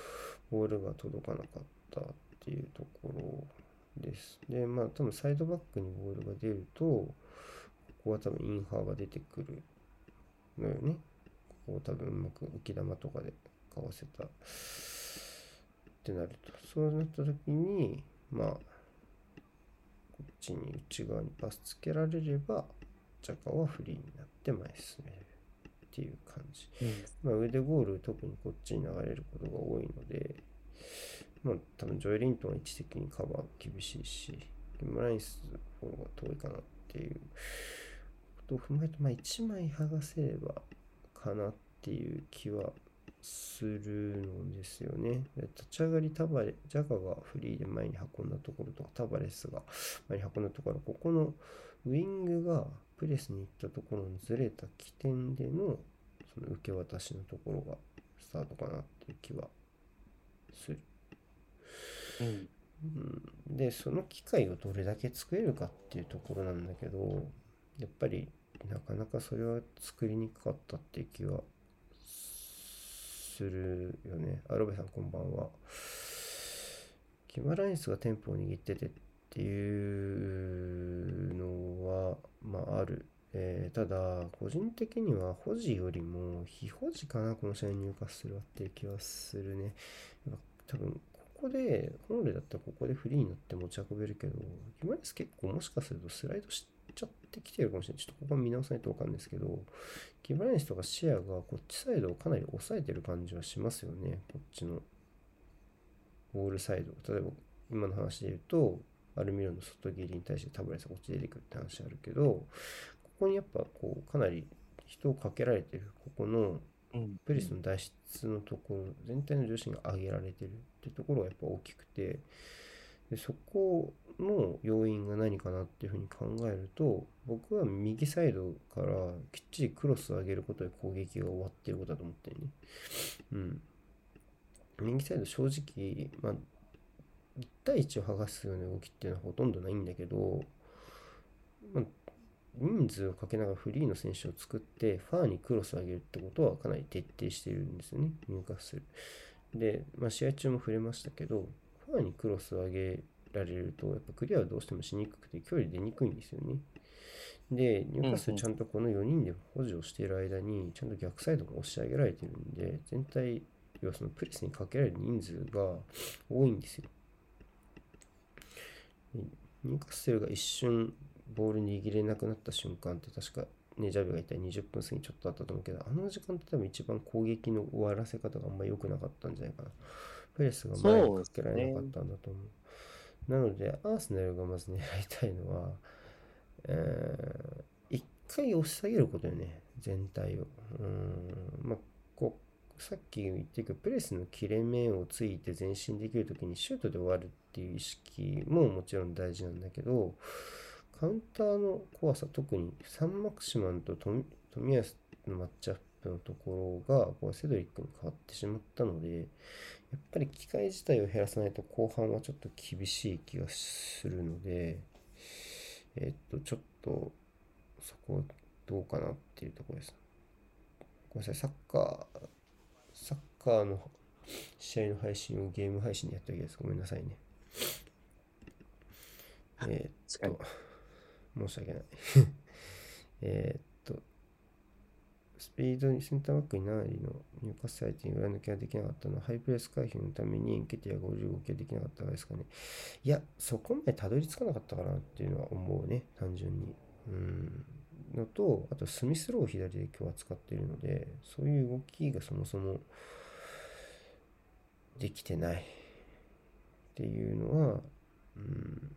ボールが届かなかったっていうところです。で、まあ多分サイドバックにボールが出ると、ここは多分インハーが出てくるのよね。ここを多分うまく浮き球とかでかわせたってなると。そうなった時に、まあ、こっちに内側にパスつけられれば、ジャカはフリーになって前に進めるっていう感じ。 うんまあ、腕ゴール特にこっちに流れることが多いので、まあ多分ジョエリントンは位置的にカバー厳しいし、ギムラインスの方が遠いかなっていうことを踏まえて、まあいちまい剥がせればかなっていう気はするのですよね。立ち上がりタバレ、ジャガがフリーで前に運んだところとか、タバレスが前に運んだところ、ここのウイングがプレスに行ったところのずれた起点でのその受け渡しのところがスタートかなっていう気はする。 うんうん、で、その機会をどれだけ作れるかっていうところなんだけど、やっぱりなかなかそれは作りにくかったっていう気はするよね。アロベさんこんばんは。キマラインスがテンポを握っててっていうのは、まあある。えー、ただ、個人的には保持よりも非保持かな、この試合に入荷するわっていう気はするね。やっぱ多分、ここで、本来だったらここでフリーになって持ち運べるけど、キマラインス結構もしかするとスライドしちゃってきてるかもしれない。ちょっとここは見直さないとわかんないですけど、ギブラインスとかシェアがこっちサイドをかなり抑えてる感じはしますよね。こっちのボールサイド。例えば今の話で言うと、アルミロンの外切りに対してタブレスがこっち出てくるって話あるけど、ここにやっぱこうかなり人をかけられてる。ここのうんプレスの脱出のところ、全体の重心が上げられてるっていうところがやっぱ大きくて、でそこの要因が何かなっていうふうに考えると、僕は右サイドからきっちりクロスを上げることで攻撃が終わっていることだと思ってるね。うん。右サイド正直、まあ、いち対いちを剥がすような動きっていうのはほとんどないんだけど、まあ、人数をかけながらフリーの選手を作ってファーにクロスを上げるってことはかなり徹底しているんですよね、入荷する。で、まあ、試合中も触れましたけど、ファーにクロスを上げられると、やっぱクリアはどうしてもしにくくて距離出にくいんですよね。で、入荷数ちゃんとこのよにんで保持をしている間に、ちゃんと逆サイドも押し上げられてるんで、全体、要はそのプレスにかけられる人数が多いんですよ。ニューカッスルが一瞬ボール握れなくなった瞬間って確かね、ジャビがいたらにじゅっぷん過ぎちょっとあったと思うけど、あの時間って多分一番攻撃の終わらせ方があんま良くなかったんじゃないかな。プレスが前にかけられなかったんだと思う。なので、アーセナルがまず狙いたいのは、えー、一回押し下げることよね、全体を。うん、まあ、こう、さっき言ってるけど、プレスの切れ目をついて前進できるときにシュートで終わるっていう意識ももちろん大事なんだけど、カウンターの怖さ、特にサンマクシマンと冨安のマッチアップのところがこうセドリックに変わってしまったので、やっぱり機械自体を減らさないと後半はちょっと厳しい気がするので、えっと、ちょっとそこどうかなっていうところです。ごめんなさい、サッカー、サッカーの試合の配信をゲーム配信でやったわけです。ごめんなさいね。えー、っと、申し訳ない。えっと、スピードにセンターバックにななりの入荷されて裏抜けができなかったのは、ハイプレス回避のためにエンケティアがごじゅうご系できなかったからですかね。いや、そこまでたどり着かなかったかなっていうのは思うね、単純に。うんのと、あとスミスローを左で今日は使っているので、そういう動きがそもそもできてないっていうのは、うん、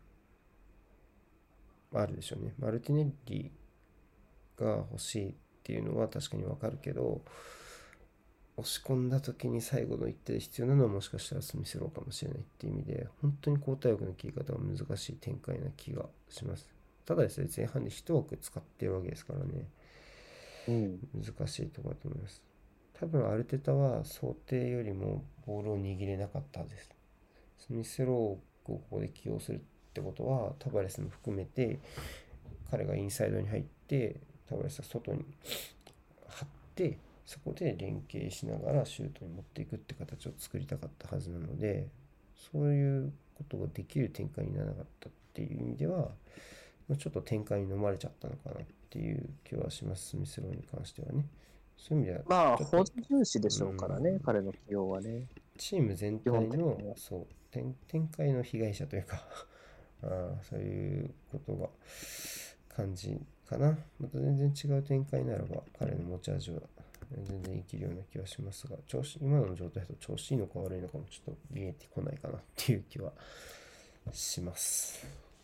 あるでしょうね。マルティネッリが欲しいっていうのは確かにわかるけど、押し込んだ時に最後の一手で必要なのはもしかしたらスミスローかもしれないっていう意味で、本当に交代枠の切り方が難しい展開な気がします。ただですね、前半で一枠使ってるわけですからね、 うん、 難しいところだと思います。多分アルテタは想定よりもボールを握れなかったです。スミスローをここで起用するってことは、タバレスも含めて彼がインサイドに入ってタバレスが外に張ってそこで連携しながらシュートに持っていくって形を作りたかったはずなので、そういうことができる展開にならなかったっていう意味では、ちょっと展開に飲まれちゃったのかなっていう気はします、スミスローに関してはね。そういう意味では、 まあ、 ちょっと保持重視でしょうからね、 うん彼の起用はね。 チーム全基本体の的には。 そう展展開の被害者というかあーそういうことが感じかな。また全然違う展開ならば彼の持ち味は全然生きるような気はしますが、調子今の状態だと調子いいのか悪いのかもちょっと見えてこないかなっていう気はします。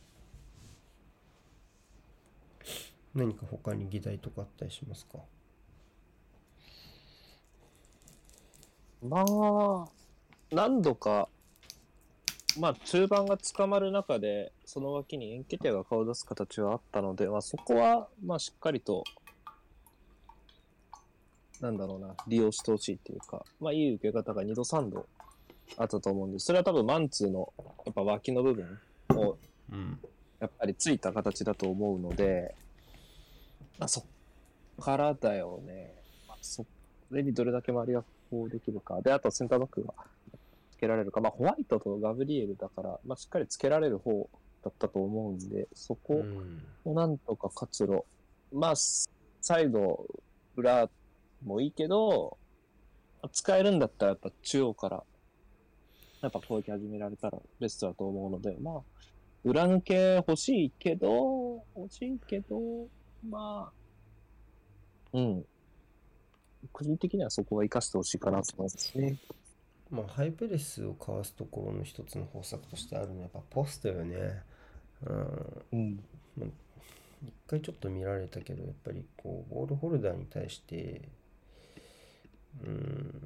何か他に議題とかあったりしますか？ まあ、何度か、まあ、中盤が捕まる中で、その脇にエンケティアが顔を出す形はあったので、まあ、そこは、まあ、しっかりと、なんだろうな、利用してほしいっていうか、まあ、いい受け方がにどさんどあったと思うんです。それは多分、マンツーの、やっぱ脇の部分を、 うんやっぱりついた形だと思うので、まあ、そっからだよね。まあ、それにどれだけ周りがこうできるか。で、あとセンターバックがつけられるか。まあ、ホワイトとガブリエルだから、まあ、しっかりつけられる方だったと思うんで、そこをなんとか活路。まあ、サイド、裏もいいけど、使えるんだったらやっぱ中央から、やっぱ攻撃始められたらベストだと思うので、まあ、裏抜け欲しいけど、欲しいけど、まあ、うん。個人的にはそこは生かしてほしいかなと思いますね。 まあ、ハイプレスをかわすところの一つの方策としてあるのはやっぱポストよね。うん。 うん。 まあ一回ちょっと見られたけど、やっぱりこう、ボールホルダーに対して、うん、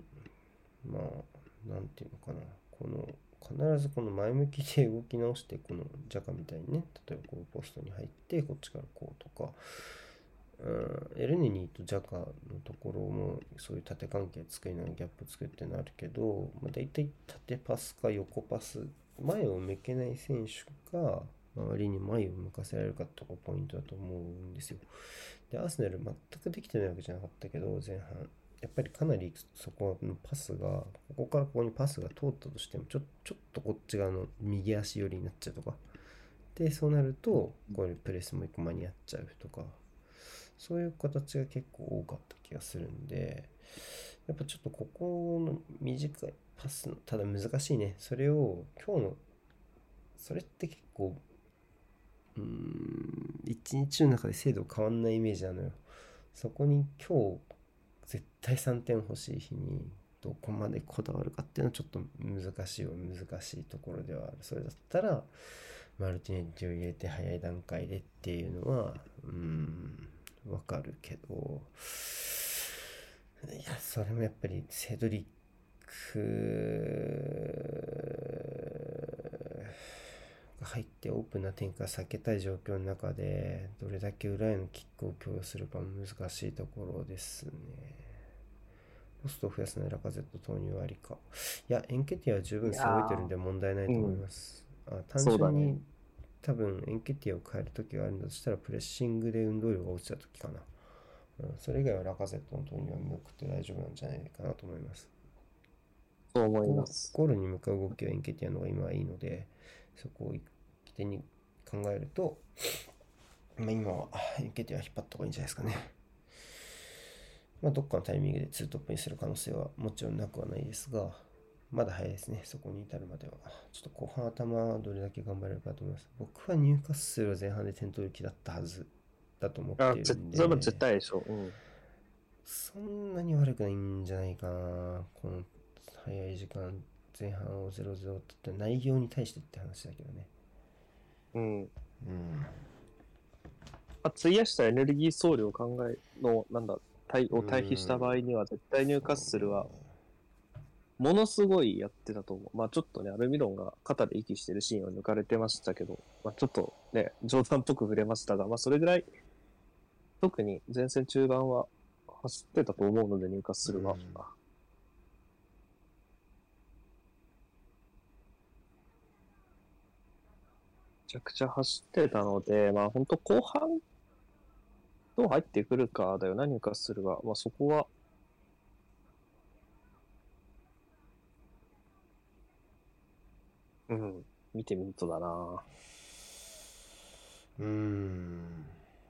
まあ、なんていうのかな。この、必ずこの前向きで動き直して、このジャカみたいにね、例えばこうポストに入って、こっちからこうとか、うん、エルネニーとジャカのところもそういう縦関係作りながらギャップ作ってなるけど、まあ、大体縦パスか横パス、前を向けない選手が周りに前を向かせられるかってとこポイントだと思うんですよ。で、アーセナル全くできてないわけじゃなかったけど、前半。やっぱりかなりそこのパスが、ここからここにパスが通ったとしても、ちょちょっとこっち側の右足寄りになっちゃうとか。で、そうなると、これプレスも一個間に合っちゃうとか。そういう形が結構多かった気がするんで、やっぱちょっとここの短いパスの、ただ難しいね。それを今日の、それって結構、うーん、一日の中で精度変わんないイメージなのよ。そこに今日絶対さんてん欲しい日にどこまでこだわるかっていうのはちょっと難しいは難しいところではある。それだったら、マルティネッジを入れて早い段階でっていうのは、うーん、わかるけど、いや、それもやっぱりセドリックが入ってオープンな展開を避けたい状況の中で、どれだけ裏へのキックを供与するかも難しいところですね。ポストを増やすならラカゼット投入ありか。いや、エンケティアは十分背負えてるんで問題ないと思います。うん、あ単純に、ね、多分エンケティアを変えるときがあるんだとしたらプレッシングで運動量が落ちたときかな。うん、それ以外はラカゼットの投入は見送って大丈夫なんじゃないかなと思います。 そう思います。 ゴールに向かう動きはエンケティアの方が今はいいので、そこを起点に考えると、まあ、今はエンケティア引っ張った方がいいんじゃないですかね。まあ、どっかのタイミングでツートップにする可能性はもちろんなくはないですが、まだ早いですね、そこに至るまでは。ちょっと後半頭どれだけ頑張れるかと思います。僕はニューカッスルは前半で点取る気だったはずだと思っているんで。 それも絶対でしょ。うん。 そんなに悪くないんじゃないかな。この早い時間、前半をゼロゼロって内容に対してって話だけどね。 うん。うん。 あ、 費やしたエネルギー総量を考えの、なんだ、対を対比した場合には、絶対ニューカッスルは、ものすごいやってたと思う。まあちょっとね、アルミロンが肩で息してるシーンは抜かれてましたけど、まあちょっとね、冗談っぽく触れましたが、まあそれぐらい、特に前線中盤は走ってたと思うので、ニューカッスルは。めちゃくちゃ走ってたので、まあ本当後半、どう入ってくるかだよな、ニューカッスルは。まあそこは、 見てみるとだな。 うーん。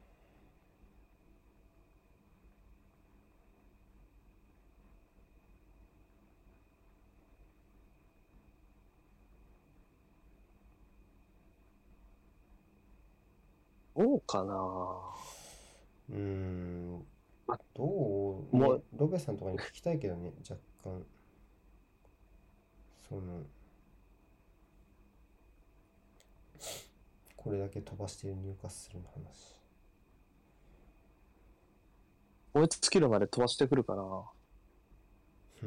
どうかな。 うーん。 まどうね、 もう、 ロベさんとかに聞きたいけどね、若干。その、これだけ飛ばしているニューカッスルの話。 燃え尽きるまで飛ばしてくるかな。 うん。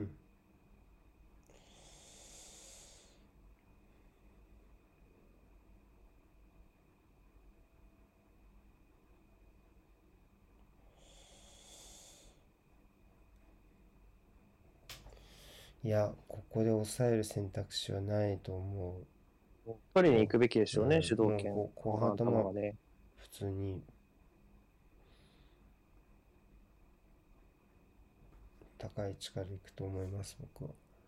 いや、ここで抑える選択肢はないと思取りに行くべきでしう。 ょうね、 うん、 主導権。 もうこ後後半半とも球がね。 普通に高い位置から行くと思います、僕は。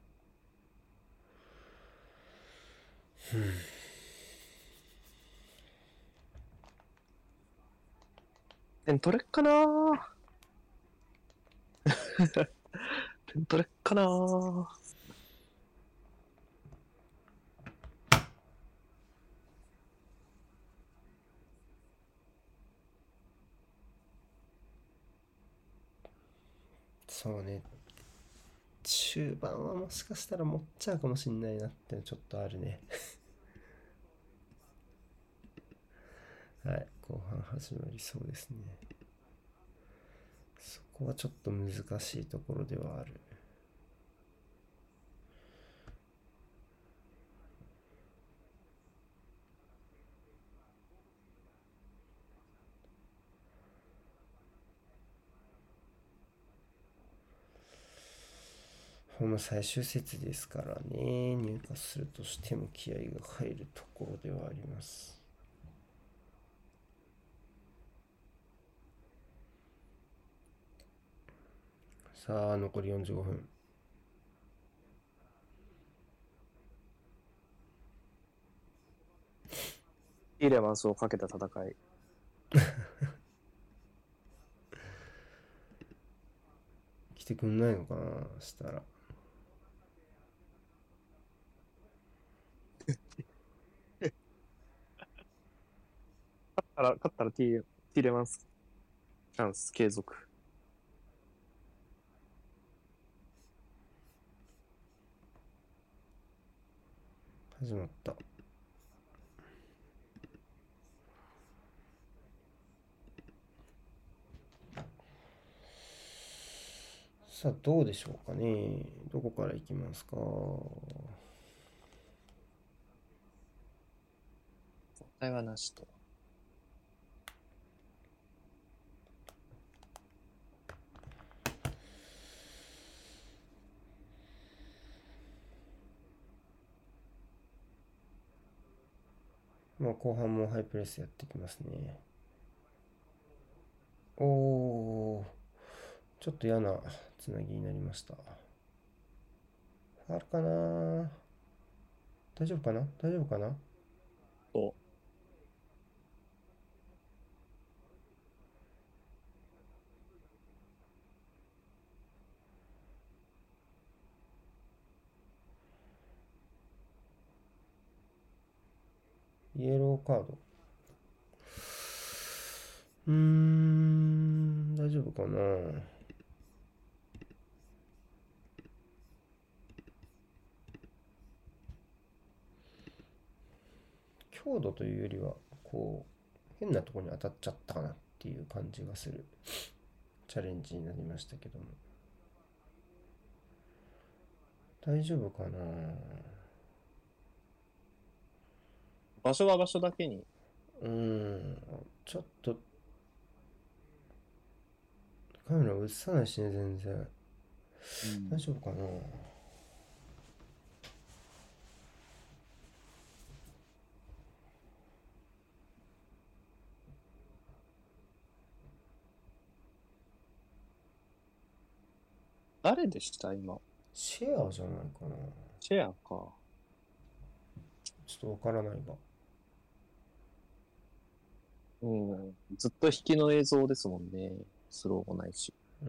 点取れっかな。点取れっかな。 そうね。中盤はもしかしたら持っちゃうかもしんないなってちょっとあるね。はい、後半始まりそうですね。そこはちょっと難しいところではある。ホーム最終節ですからね、入荷するとしても気合が入るところではあります。さあ、残りよんじゅうごふん。 イレマンスをかけた戦い。 来てくんないのかな、したら。 勝ったら、勝ったらティー、ティーレマンスチャンス継続。 始まった。さあ、どうでしょうかね。どこから行きますか。 答えはなしと。 まあ、後半もハイプレスやってきますね。おー、ちょっと嫌なつなぎになりました。ファウルかな。大丈夫かな大丈夫かな。 とイエローカード。うーん、大丈夫かな。強度というよりは、こう、変なところに当たっちゃったかなっていう感じがするチャレンジになりましたけども。大丈夫かな。 場所は場所だけに。 うーん、ちょっと、カメラ映さないしね、全然。大丈夫かな。 誰でした今。 シェアじゃないかな。 シェアか。 ちょっとわからないが。 うん。ずっと引きの映像ですもんね。スローもないし。 うん。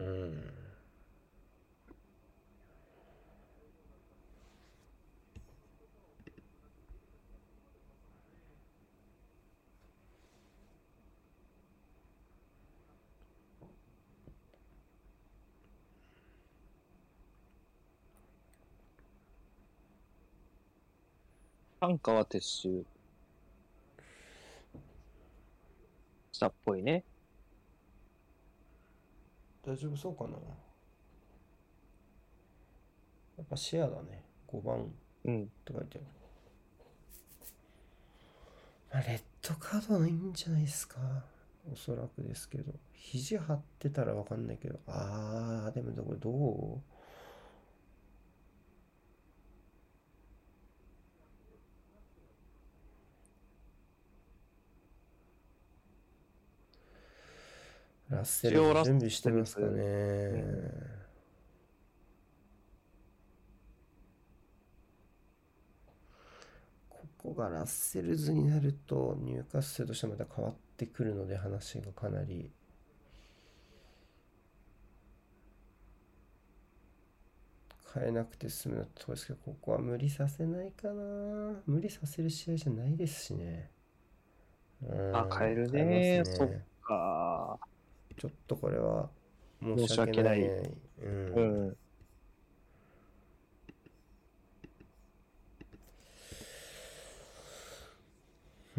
単価は撤収したっぽいね。 大丈夫そうかな。やっぱシェアだね。ごばんっうん。 て書いてある。まあ、レッドカードないんじゃないですか。おそらくですけど。肘張ってたらわかんないけど。あー、でもこれどうラッセル一応ラスズ準備してますかトね。 うん。 ここがラッセルズになると入荷数としてまた変わってくるので話がかなり変えなくて済むところですけど、ここは無理させないかな。無理させる試合じゃないですしね。うあ、 ん、 変える変えますね。そっね。 か。 ちょっとこれは申申し訳ない。 し訳ない。 ううん。 ん。うん。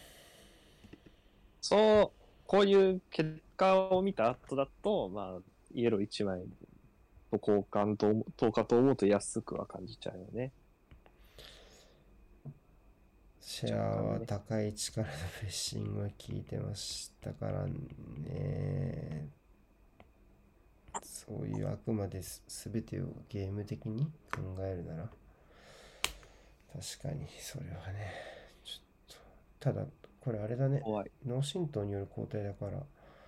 そう、こういう結果を見た後だと、まあ、イエローいちまいと交換と、とかと思うと安くは感じちゃうよね。 シェアは高い力のプレッシングは効いてましたからね。そういうあくまで全てをゲーム的に考えるなら確かにそれはね、ちょっとただこれあれだね、 怖い。 脳震盪による交代だから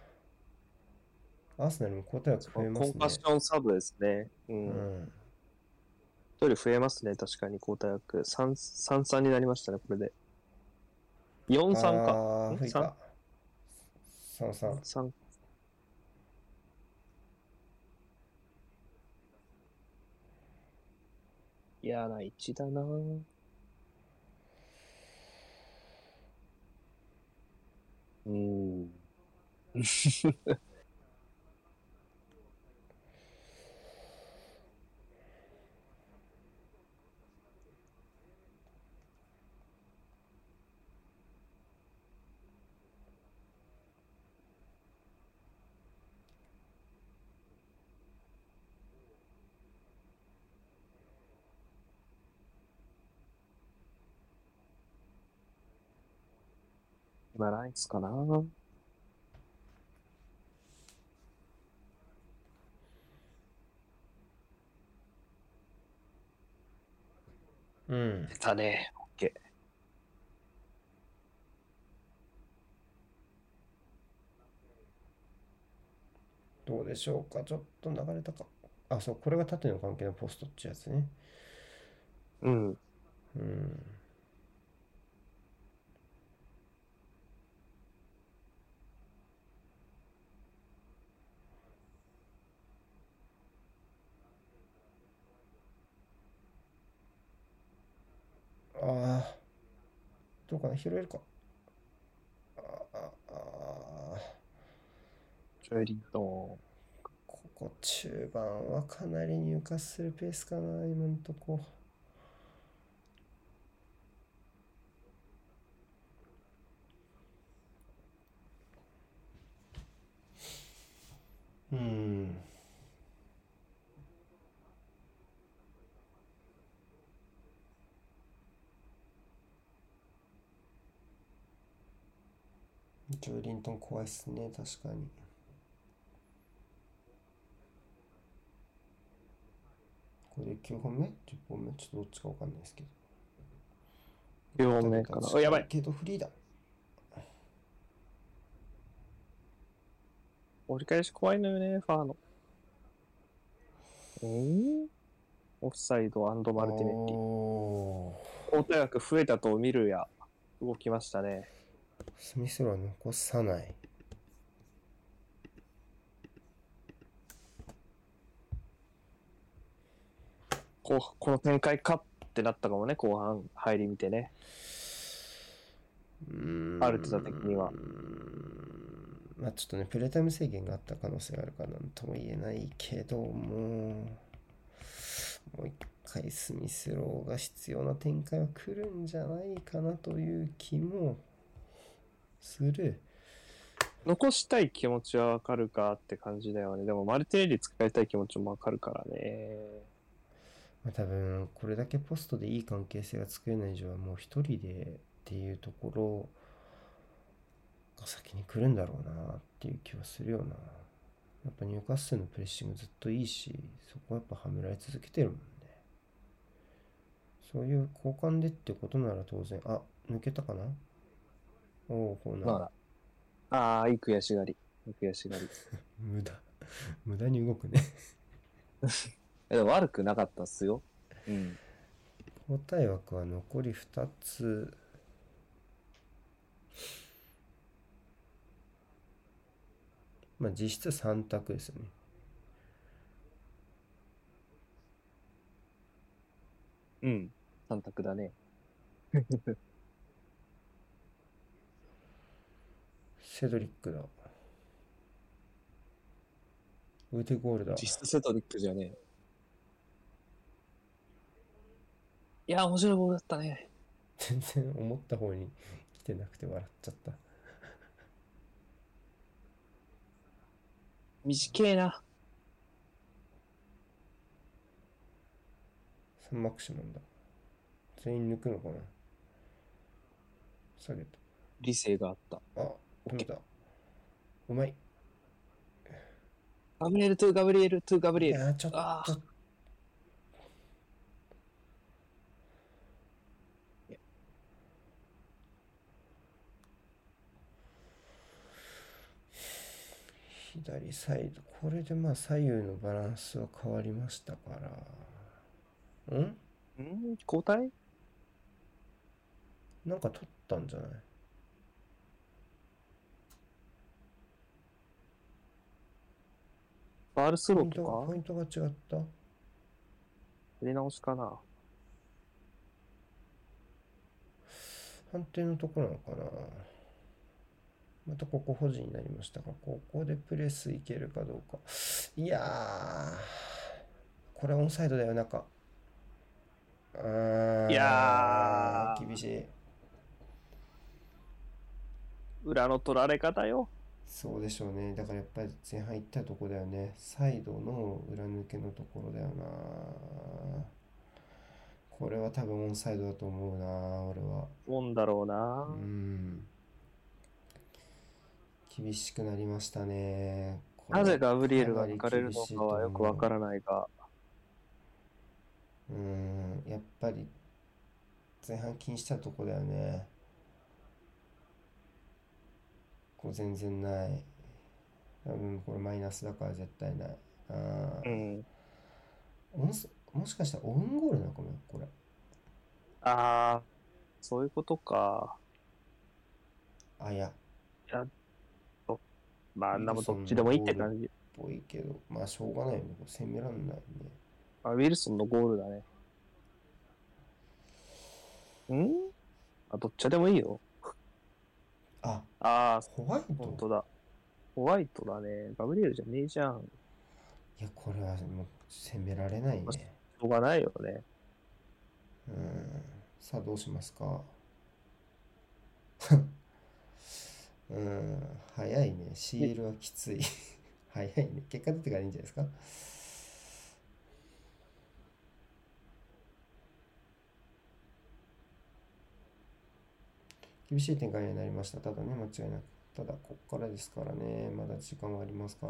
アーセナルも交代枠増えまコンパッシすね。 ョンサブですね。うん。 うん。 一人増えますね、確かに交代枠。さん、さん、さんになりましたね、これで。よん、さんか。 あー、 ん不利 ?さん、 か。さんさん。 さん。嫌な位置だなぁ。うん。今ライスかな。 うん。 出たね。オッケー。 どうでしょうか。ちょっと流れたか。あ、そう、これが縦の関係のポストってやつね。 うん。 うん。ああ、どうかな、拾えるか。ああ、ああ。 ジョエリントここ中盤はかなり入荷するペースかな、今んとこ。うん。ジョエリントン怖いっすね、確かに。これきゅうほんめ ?じゅっ 本目ちょっとどっちかわかんないですけど。 きゅうほんめかな。あ、やばい。 近いけどフリーだ。 折り返し怖いのよね、ファーの。うんオフサイド&マルティネッリ。 お交代枠増えたと見るや、動きましたね。 スミスローは残さない。 こうこの展開かってなったかもね、後半入り見てね。 うーんアルテタ的には。 まあちょっとね、プレータイム制限があった可能性があるからなんとも言えないけども、もう一回スミスローが必要な展開は来るんじゃないかなという気もする。 残したい気持ちはわかるかって感じだよね。でもマルティネッリ使いたい気持ちもわかるからね。 まあ、多分これだけポストでいい関係性が作れない以上はもう一人でっていうところが先に来るんだろうなっていう気はするよな。やっぱニューカッスルのプレッシングずっといいし、そこはやっぱはめられ続けてるもんね。そういう交換でってことなら当然、あ、抜けたかな。おお、こうな。 まあ、ああ、いい悔しがり。いい悔しがり。 無駄。無駄に動くね。 でも悪くなかったっすよ。うん。 交代枠は残りふたつ。まあ実質さん択ですよね。 うん。さん択だね。 セドリックだ。ウーテゴールだ。 実質セドリックじゃねえ。いや、面白いボールだったね。 全然思った方に来てなくて笑っちゃった。 短えな。 サンマクシマンだ。全員抜くのかな。下げた。 理性があった。 あ、止めた。うまい。 ガブリエル、トゥガブリエル、トゥガブリエル。 いやー、ちょっと。左サイド。これでまあ左右のバランスは変わりましたから。んん交代なんか取ったんじゃない？ ファールスローとかポイントが違った？ 入れ直しかな。 判定のところなのかな。またここ保持になりましたが、ここでプレスいけるかどうか。いやー、これオンサイドだよ、中。あー、 いやー、 厳しい。 裏の取られ方よ。 そうでしょうね。だからやっぱり前半行ったとこだよね。サイドの裏抜けのところだよな。これは多分オンサイドだと思うな、俺は。 もんだろうな。 うん。厳しくなりましたね。 なぜガブリエルが抜かれるのかはよくわからないが。 うん、やっぱり前半気にしたとこだよね。こう全然ない。多分これマイナスだから絶対ない。あうん。 オンスもしかしたらオウンゴールなのかもよ、これ。 あー、そういうことか。 あ、いや。 いや、まあ、あんなもどっちでもいいって感じ。 っぽいけど、まあしょうがないよね。攻めらんないね。 あ、ウィルソンのゴールだね。んあ、どっちでもいいよ。 あ、 あー、 ホワイト？ ほんとだ。ホワイトだね。ガブリエルじゃねえじゃん。 いや、これはもう攻められないね。 しょうがないよね。 うん。さあどうしますか？うん、早いね。シールはきつい。早いね。結果出てからいいんじゃないですか？厳しい展開になりました。ただね、間違いなく。ただ、こっからですからね。まだ時間はありますから。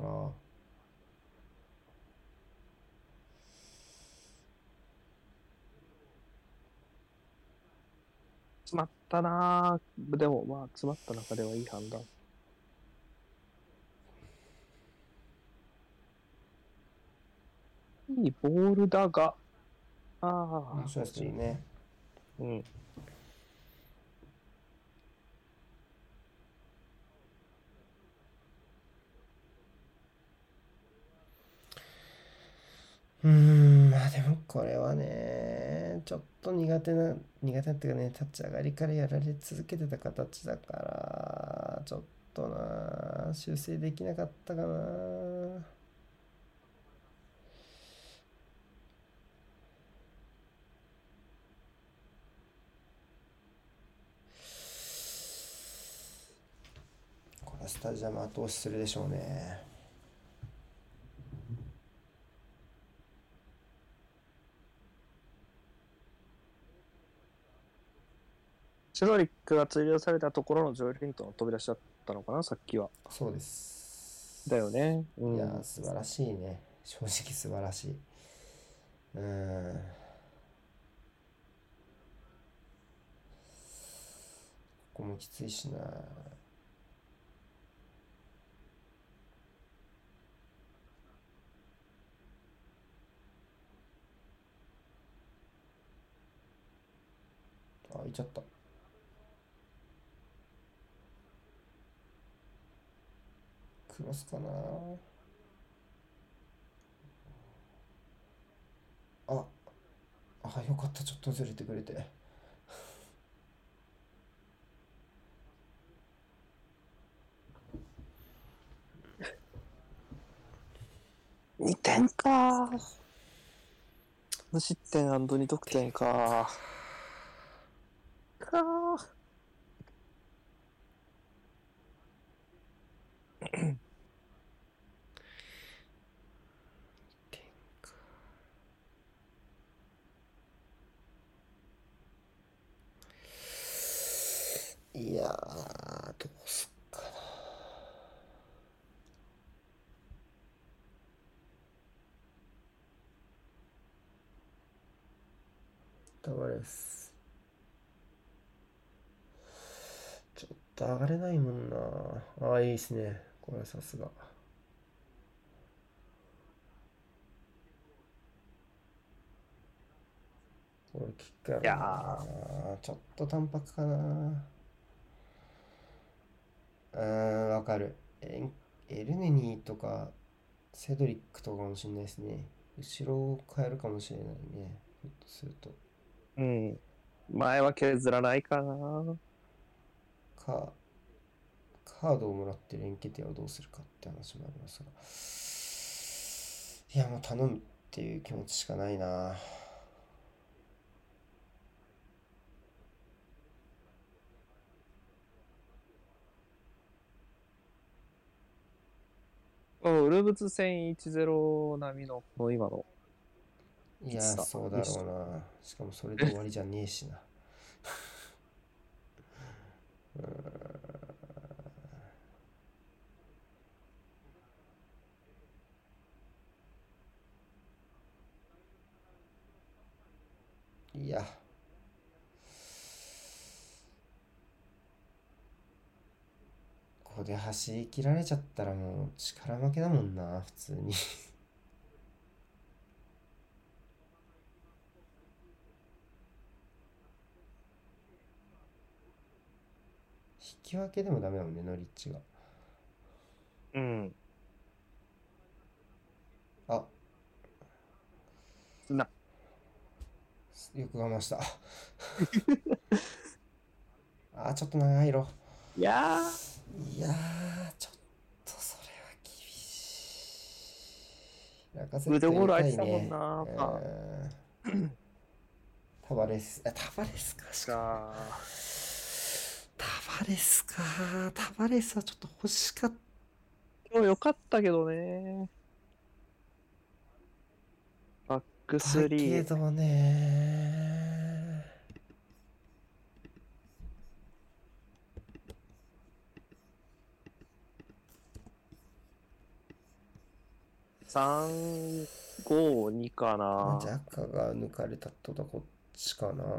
詰まったなぁ。でも、まあ、詰まった中ではいい判断。いいボールだが、 あ面白いですけどね。 うん。 うーん、まあでもこれはね、ちょっと苦手な、苦手っていうかね、立ち上がりからやられ続けてた形だから、ちょっとな、修正できなかったかな。これはスタジアム後押しするでしょうね。 シドリックが追加されたところのジョエル・リントンの飛び出しだったのかな、さっきは。 そうです。 だよね。うん、 いやー、素晴らしいね。正直素晴らしい。うーん。ここもきついしな。あ、いっちゃった。クロスかな。あ、あ、よかった。ちょっとずれてくれて。 にてんか。無失点 &に 得点か。かいやー、どうすっかな。タバレス。ちょっと上がれないもんな。ああ、いいっすね。これはさすが。これキックやろいやな。ちょっと淡白かな。うーん、わかる。エンエルネニーとかセドリックとかかもしれないですね。後ろを変えるかもしれないね。ひょっとすると。 うん。前は削らないかな。 か、カードをもらってるエンケティアをどうするかって話もありますが。いや、もう頼むっていう気持ちしかないな。 ウルブズ戦いちたいゼロ並みのの今のいや、 きつさそうだろうな。しかもそれで終わりじゃねえしな。いや、ここで走り切られちゃったらもう力負けだもんな、普通に。引き分けでもダメだもんね、ノリッチが。 うん。 あ、 な、 よく我慢した。あ、ちょっと長いろ。 いやいやー、ちょっとそれは厳しい。ラカセッー、腕ト入れボール空いてたもんたいね。 な。 うあ、 ーん。タバレス。あ、タバレスか。しかも。 か。 タバレスか。タバレスはちょっと欲しかった。 今日良かったけどね。バックスだリー。 けどね。 さんごにかまあ、 な。 ジャカが抜かれたとだこっちかな。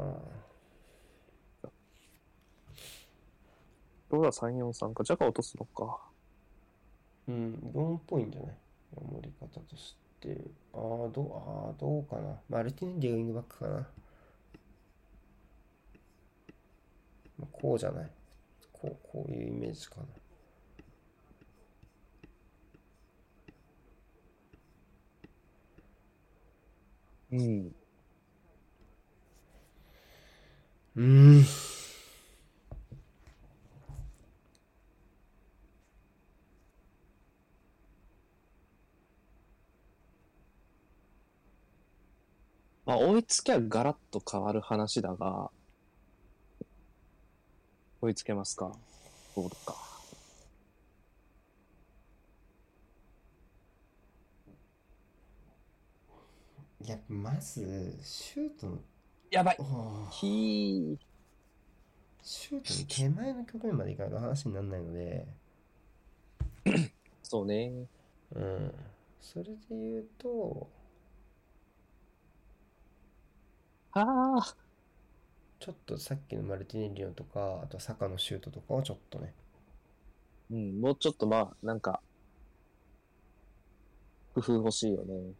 どうださんよんさんか。ジャカ落とすのか。 うん、よんっぽいんじゃない？守り方として。あ、 あ、どう、あーどうかな。マルティネッリがウィングバックかな。まあこうじゃない。こう、こういうイメージかな。 うん。 うーん。 まあ、追いつきゃガラッと変わる話だが、追いつけますか？どうか。 いや、まず、シュートの、 やばい。 おーひー。 シュートの手前の局面までいかないと話にならないので、 そうね。 うん。それで言うと、 ああ。 ちょっとさっきのマルティネッリのとか、あとサカのシュートとかはちょっとね。 うん、もうちょっとまあ、なんか、工夫欲しいよね。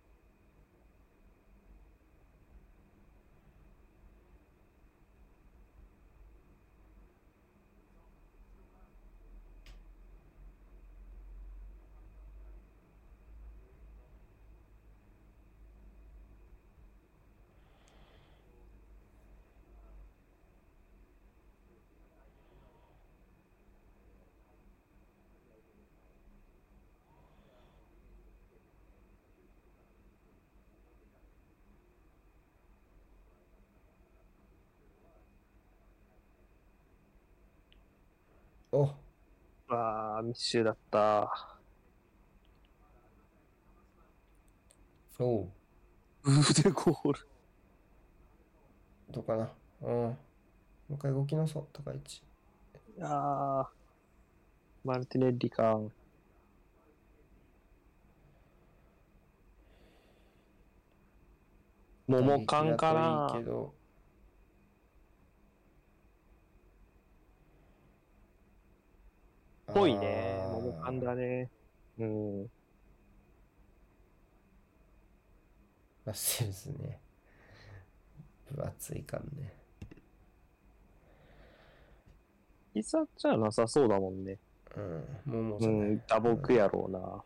お、 ああ、密集だった。 おう、 腕ゴール。 どうかな。うん。もう一回動きなそう、高市。 いやー、マルティネッリか。モ打モカンか撃だといいけな。 ど、あぽいね。モモカンー、 だね。うん。 ラッセルズね。分厚いかんね。 膝じゃなさそうだもんね。 うん、もうもうじゃない。 うん、打撲やろうな。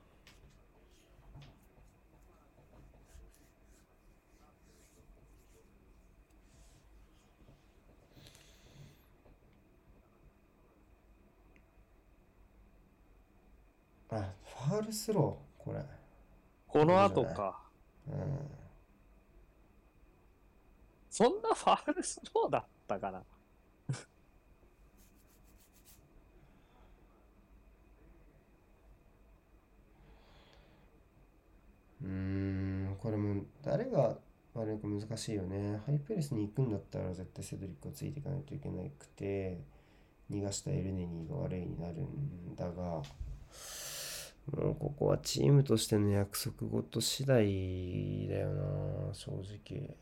あ、ファールスロー、これ。 このゴールじゃない。 後か。 うんそんなファールスローだったかな。 うーん、これも誰が悪いか難しいよね。ハイペレスに行くんだったら絶対セドリックはついていかないといけなくて、逃がしたエルネニーが悪いになるんだが、もうここはチームとしての約束事次第だよな、正直。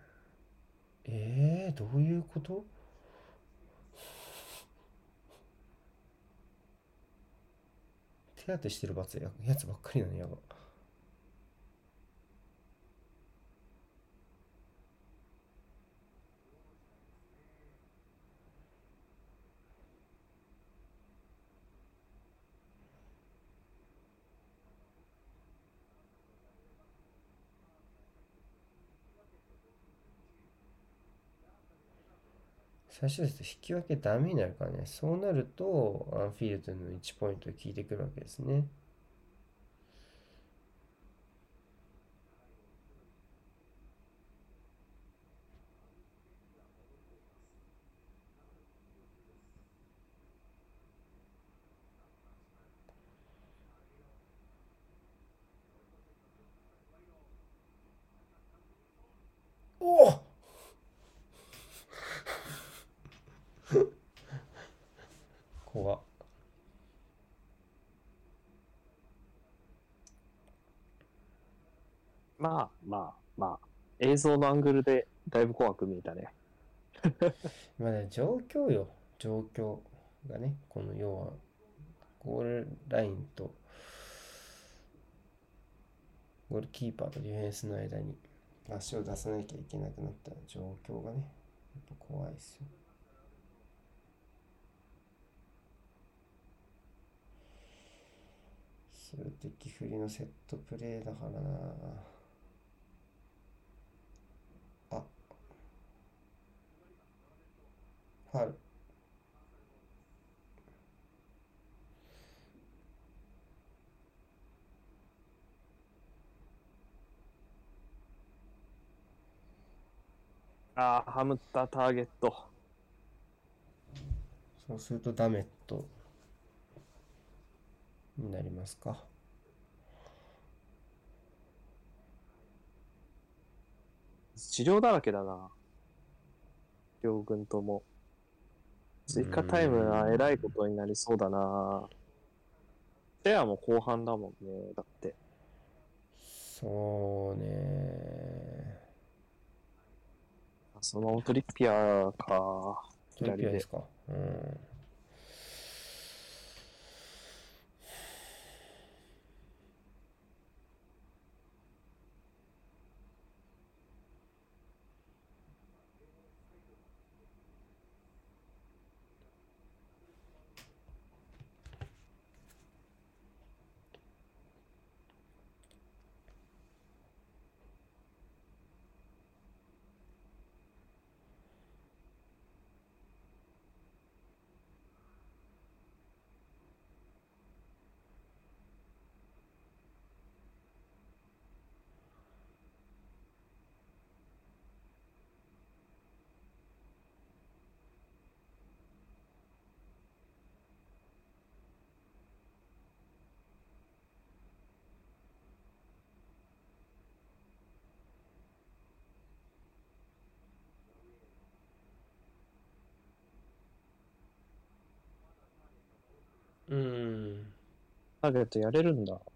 えー、どういうこと？手当てしてる罰ややつばっかりなのやば。最終節引き分けダメになるからね。そうなると、アンフィールドのいちポイント効いてくるわけですね。おお、怖っ。 まあまあまあ。映像のアングルでだいぶ怖く見えたね。 まあね、状況よ。状況がね、この要は、ゴールラインと、 ゴールキーパーとディフェンスの間に足を出さなきゃいけなくなった状況がね、やっぱ怖いですよ。数的不利のセットプレーだからな。あ、ファウル。 ああ、ハムったターゲット。 そうするとダメットになりますか。 治療だらけだな。両軍とも。追加タイムはえらいことになりそうだな。シェアも後半だもんね。だって。 そうね。 そのトリッピアーか。 トリッピアですか。うん。うん。 ターゲットやれるんだ。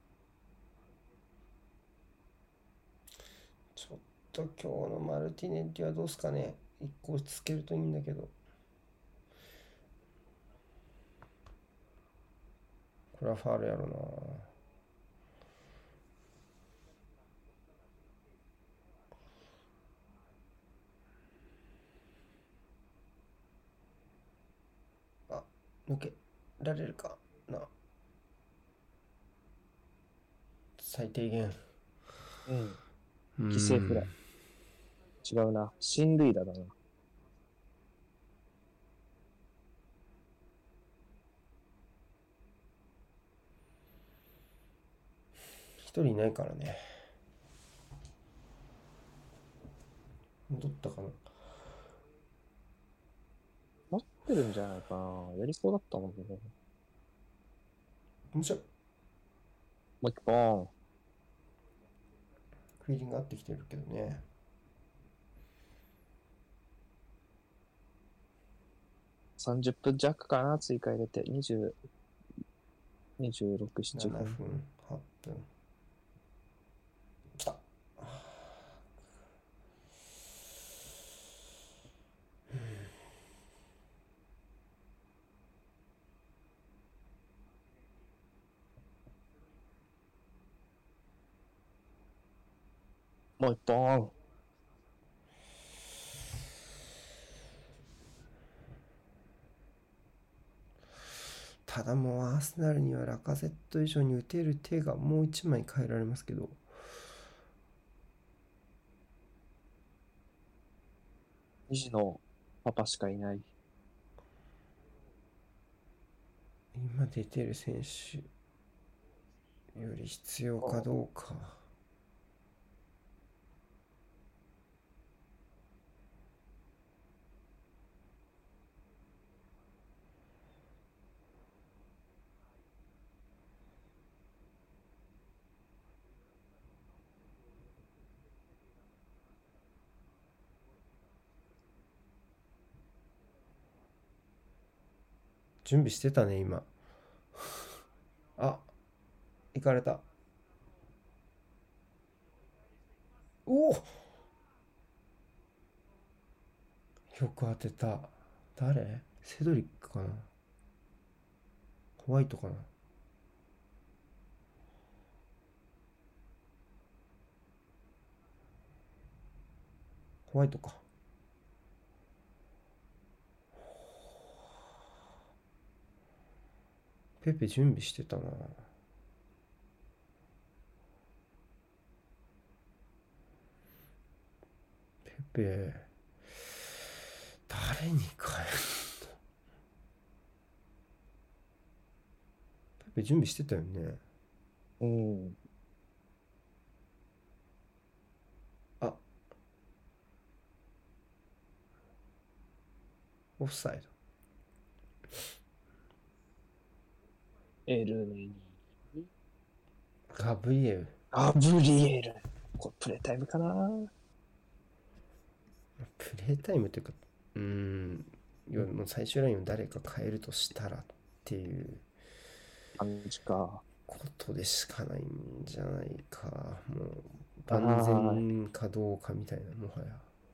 ちょっと今日のマルティネッリはどうすかね。一個つけるといいんだけど。これはファウルやろな。あ、抜けられるかな。最低限。 うん。犠牲フライ。違うな。進塁打だな。 一人いないからね。戻ったかな。 持ってるんじゃないかな。やりそうだったもんね。 面白い。 もう一本。 フィーリング合ってきてるけどね。 さんじゅっぷん弱かな、追加入れて。にじゅう、にじゅうろく、ななななふん、はっぷん。きた。 もう一本。 ただもうアーセナルにはラカゼット以上に打てる手がもう一枚変えられますけど。 にじのパパしかいない。 今出てる選手より必要かどうか。準備してたね今。あ、行かれた。おお、よく当てた。誰？セドリックかな、ホワイトかな。 ホワイトか。ペペ準備してたな。ペペ、誰に変える？ペペ準備してたよね。 うん。 あ、オフサイエルネに。 ド。ガブリエル。 ガブリエル。これプレイタイムかな。 プレイタイムというか、うーん、要はもう最終ラインを誰か変えるとしたらっていう感じか。 ことでしかないんじゃないか。もうあ万あ。 全かどうかみたいな、もはや。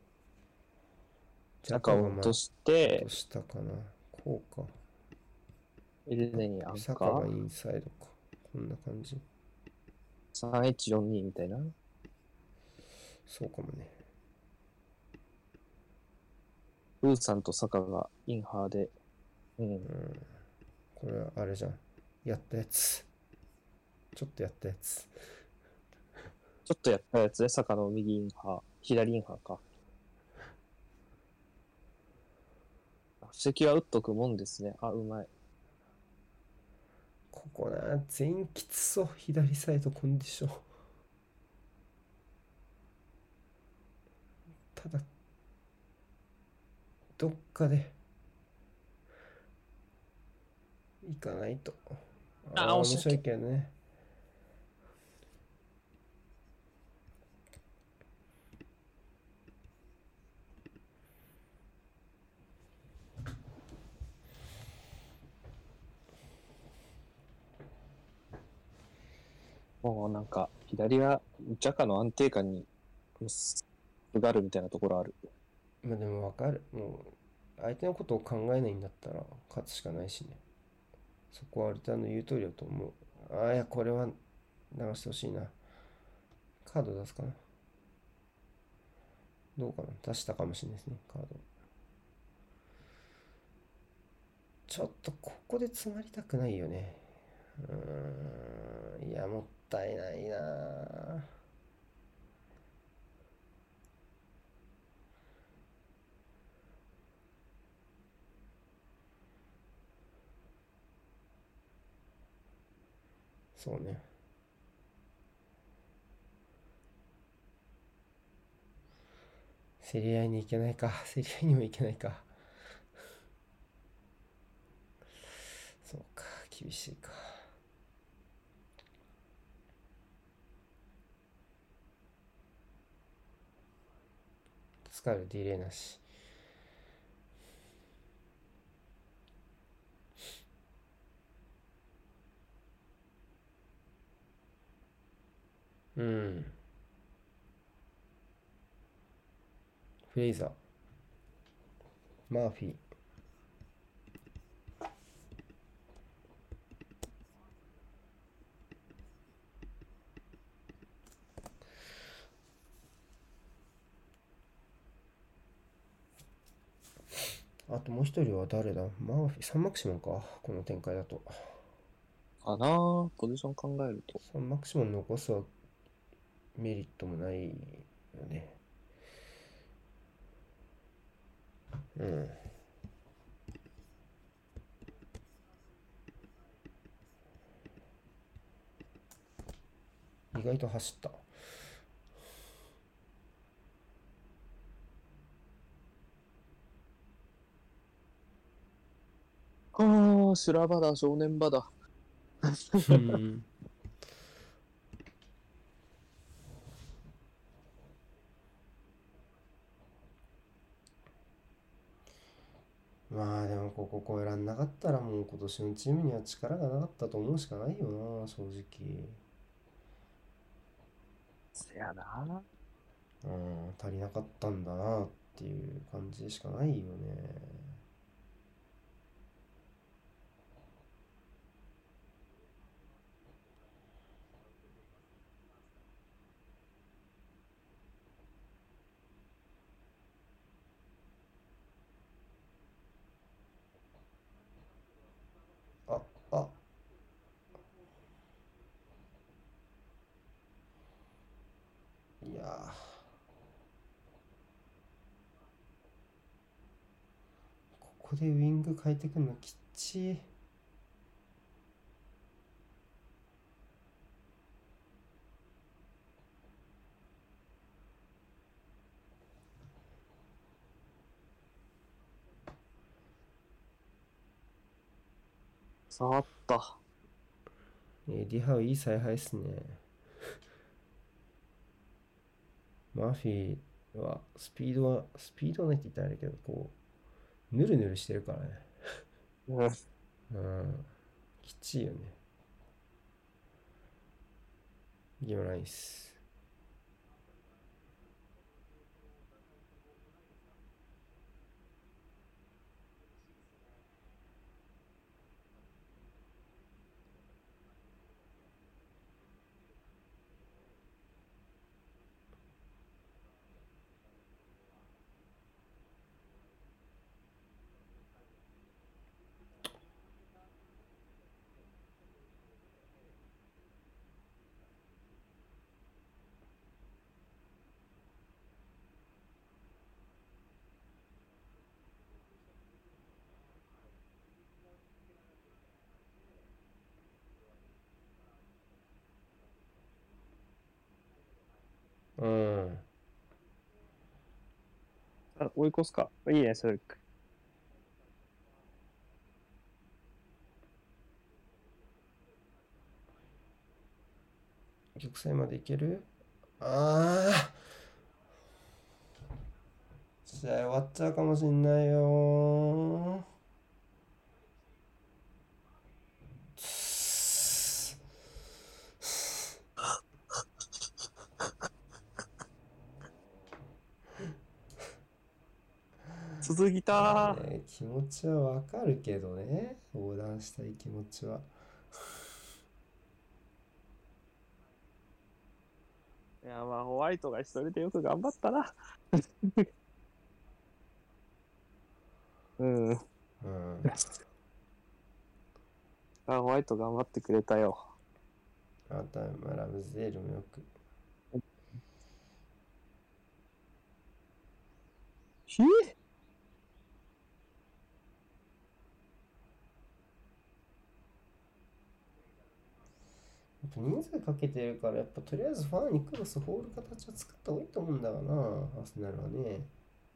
ジャ中カがまあを落とし落てと、したかな。こうか。 エルネにアンサカカーがインサイドか。こんな感じ。 さんいちよんに みたいな。 そうかもね。 ウーさんとサカがインハーで。うん。 これはあれじゃん。やったやつ。ちょっとやったやつ。 ちょっとやったやつね、サカの右インハー、左インハーか。布石は打っとくもんですね。あ、うまい。 ここな、全きつそう。左サイドコンディション。ただ、どっかで行かないと。ああ、 あ、 面白い惜しい。 けどね。 もうなんか、左はジャカの安定感にすがるみたいなところある。 まあでもわかる。もう、相手のことを考えないんだったら勝つしかないしね。そこはアルタの言う通りだと思う。ああ、いや、これは流してほしいな。カード出すかな。どうかな。出したかもしれないですね、カード。ちょっとここで詰まりたくないよね。うーん、いや、もったいないな。そうね。競り合いに行けないか。競り合いにも行けないか。そうか、厳しいか。使えるディレイなし。うん。フレイザー。マーフィー。あともう一人は誰だ？マーフィー、サンマクシモンか。この展開だと。 かなぁ、ポジション考えると。 サンマクシモン残すはメリットもないよね。うん。意外と走った。 ああ、修羅場だ、正念場だ。 うん。まあでもここ超えらんなかったらもう今年のチームには力がなかったと思うしかないよな、正直。 せやな。 うん、足りなかったんだなっていう感じしかないよね。 こでウィング変えてくるのきっちい。 触った。 エディハウいい采配っすね。マーフィーはスピードは、スピードはないって言ったらあれだけど、こう、ぬるぬるしてるからね。 うん。 うん。きっちいよね。ギモラインス。うん。 あ、追い越すか。いいね、それ。 玉砕までいける？ああ、試合終わっちゃうかもしんないよ続きまあたー。 ね、気持ちはわかるけどね。横断したい気持ちは。 いや、まあ、ホワイトが一人でよく頑張ったな。うん。 うん。 あ、ホワイト頑張ってくれたよ。 あとは、まあ、ラムズデールもよく。 ひえやっぱ人数かけてるから、やっぱとりあえずファーにクロス放る形は作った方がいいと思うんだがな、アーセナルはね。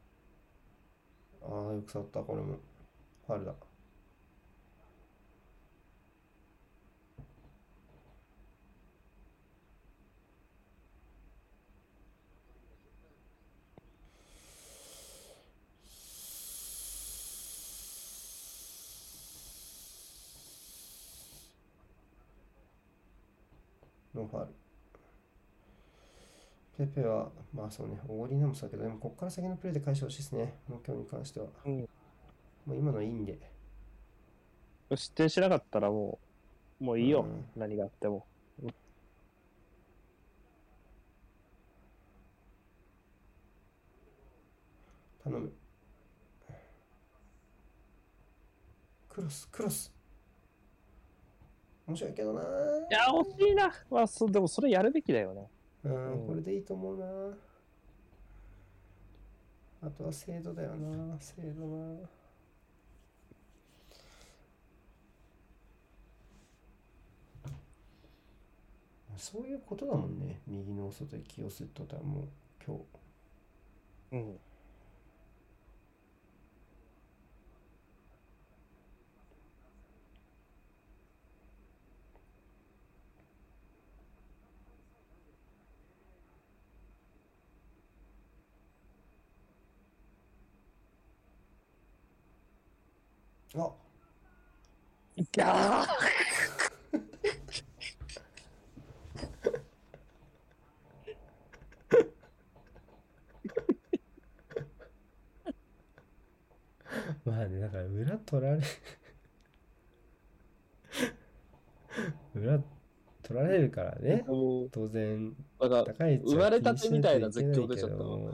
ああ、よく触った、これも。ファウルだ。ノーファウル。ペペは、まあそうね、おごりなもそうだけど、でもここから先のプレーで返してほしいですね。もう今日に関しては。 うん。 もう今のはいいんで。 失点しなかったらもう、もういいよ。 うん。 何があっても。 頼む。クロス、クロス。面白いけどな。 いや、惜しいな。まあ、そでもそれやるべきだよね。 うん、 うんこれでいいと思うな。あとは精度だよな。精度な。そういうことだもんね。右の外で起用するってことはもう今日。 うん。 あ、 いやーまあね、だから裏取られ裏取られるからね。 もう、 当然、 なんか、 高い位置は生まれた気にしないとてみたいないけない絶叫でちょっと。 けども。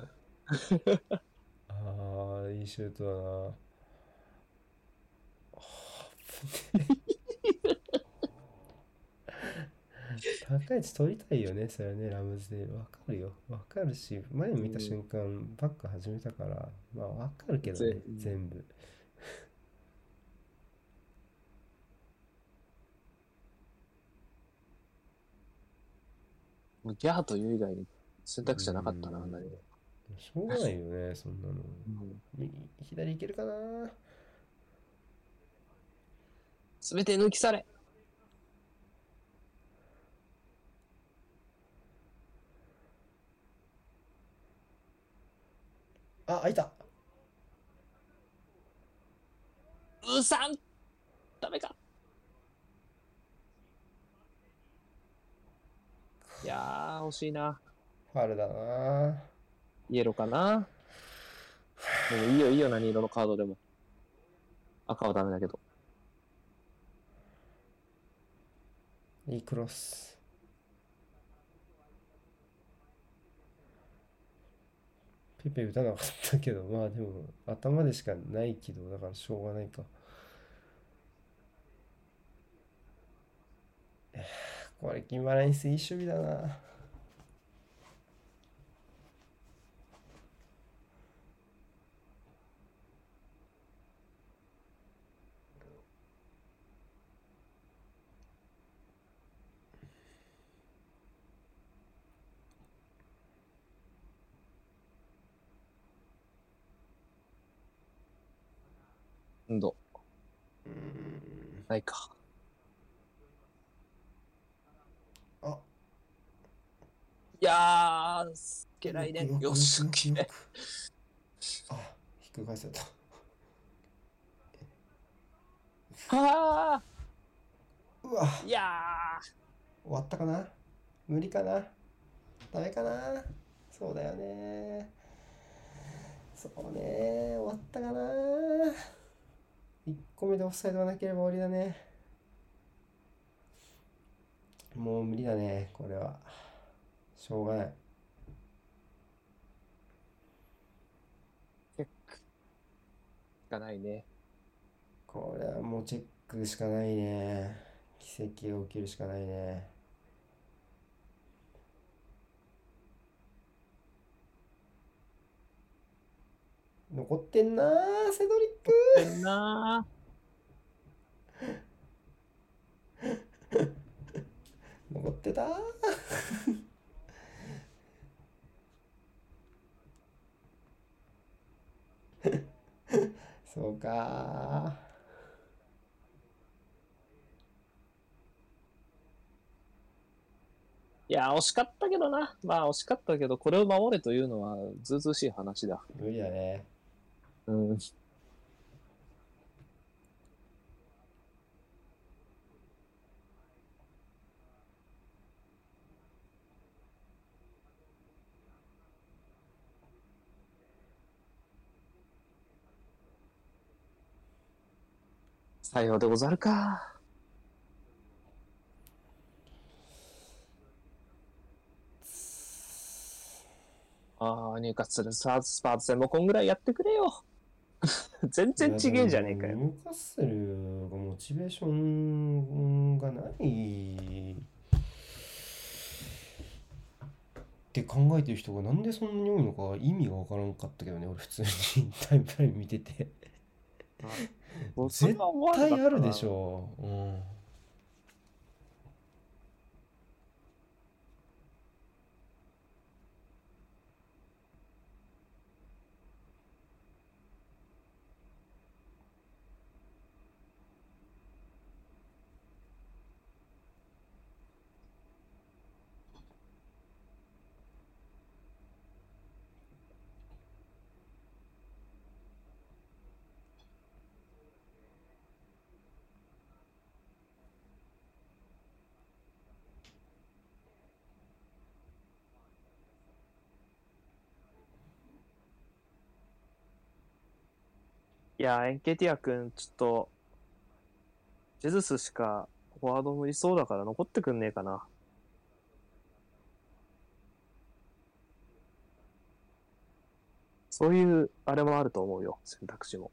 ああ、いいシュートだな。高い位置取りたいよね、それはね、ラムズで。わかるよ。わかるし、前見た瞬間、バック始めたから、まあわかるけどね、 ぜうん全部。 もうギャーという以外に選択肢はなかったな、 うん何も。 しょうがないよね、そんなの。 うん右左行けるかな。 すべて抜き去れ。 あ、開いた。 うさんダメか。いやー、惜しいな。 ファールだな。 イエローかな。でもいいよいいよ、何色のカードでも。赤はダメだけど。 いいクロス。ペペ打たなかったけど、まあでも頭でしかないけど、だからしょうがないか。これギマランスいい守備だな。 うんど。 うーん。 ないか。 あ、 いやー、すっげないね。 よくよよし、 くよくよくきれい。 よく。あ、ひっくり返せた。 はうわ、 ー、いや終わったかな。無理かな。ダメかな。そうだよね。そうね、終わったかな。いっこめでオフサイドがなければ終わりだね。もう無理だね、これは。しょうがない。 ー、チェックしかないね。 これはもうチェックしかないね。奇跡が起きるしかないね。残ってんなー、セドリック。 てんな残ってたー。そうかー。いやー、惜しかったけどな。まあ、惜しかったけど、これを守れというのは、ずうずうしい話だ。 ー。無理だね。 うん。さようでござるか。ああ、入荷するさ、スパーツ戦もこんぐらいやってくれよ。全然ちげえじゃねえかよ。 ニューカッスルがモチベーションがないって考えてる人がなんでそんなに多いのか意味がわからんかったけどね、俺普通にタイムライン見てて。 もうそれ絶は思わなかったな対あるでしょう。うん。 いやー、エンケティア君、ちょっと、ジェズスしかフォワード無理そうだから残ってくんねえかな。そういう、あれもあると思うよ、選択肢も。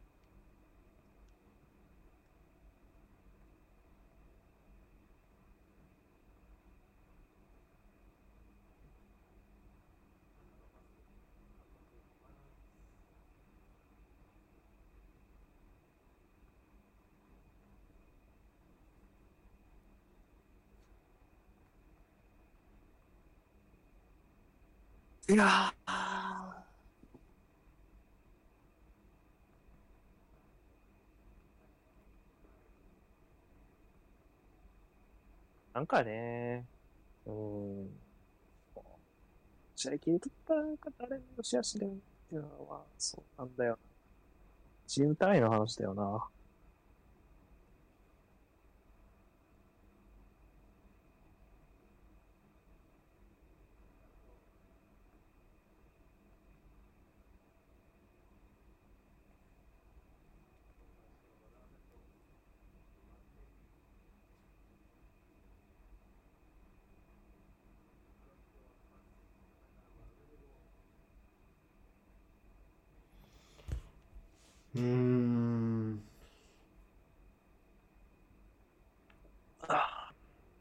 いやー、なんかね、うーん、試合切り取ったか誰の試合してるっていうのは、そうなんだよな。チーム単位の話だよな。 うーん。 あ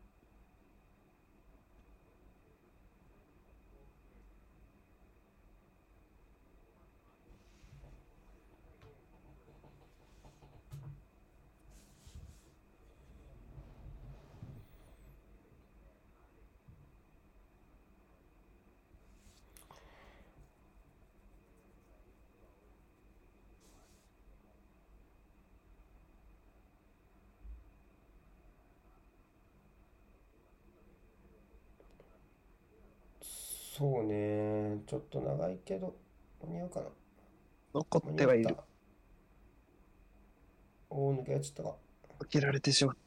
そうね。ちょっと長いけど、間に合うかな。 残っ間に合った。 てはいる。 おお、抜けちゃったか。 開けられてしまった。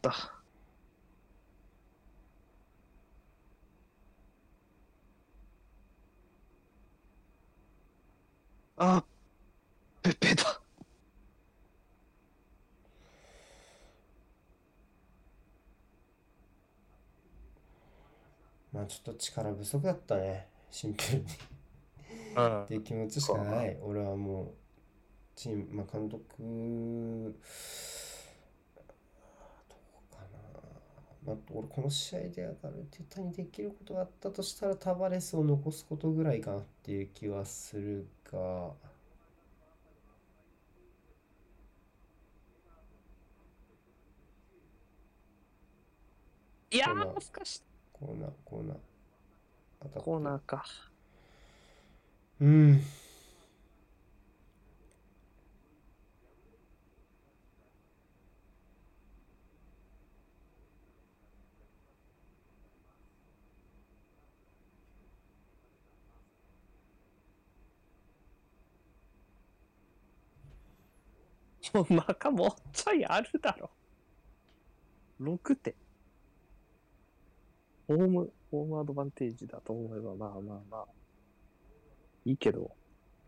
あ、ペッペだ。 まあちょっと力不足だったね。シンプルに。っうん。 ていう気持ちしかそうだな。 ない。俺はもう、チーム、まあ監督、どうかな。まあ、俺この試合でアルテタにできることがあったとしたらタバレスを残すことぐらいかなっていう気はするが、 いやコーナー、 ー、ふかし、 コーナー、コーナー、当たって。 コーナーか。 うん。 もう、マカもうちょいあるだろ。ろくてん。ホーム、ホームアドバンテージだと思えば、まあまあまあ、いいけど。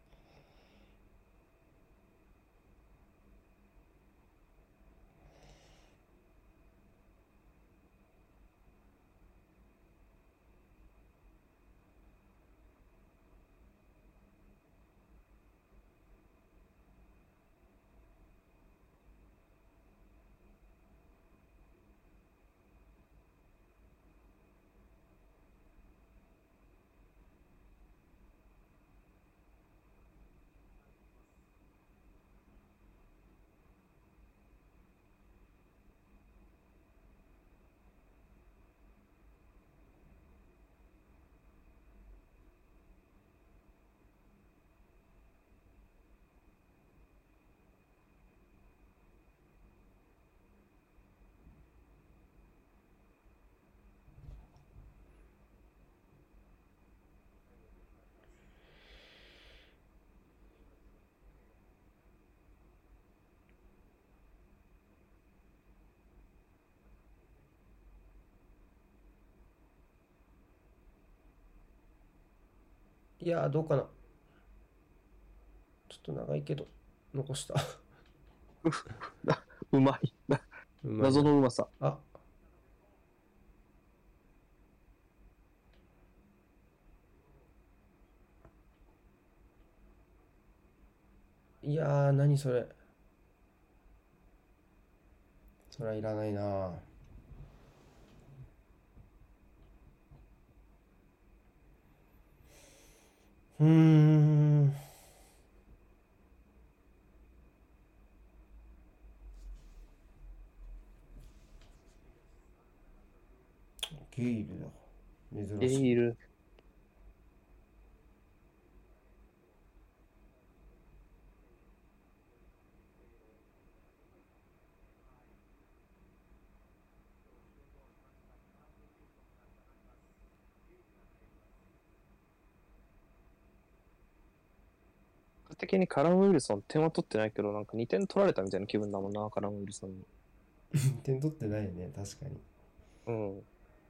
いやー、どうかな。ちょっと長いけど、残した。 うまい。 うまいな。 謎のうまさ。 あ、いやー、何それ。それはいらないな。うーん。ゲイルだ。珍しい。 ゲイル。 的にカラム・ウィルソン点は取ってないけど、なんかにてん取られたみたいな気分だもんな、カラム・ウィルソンに。 点取ってないよね、確かに。 うん。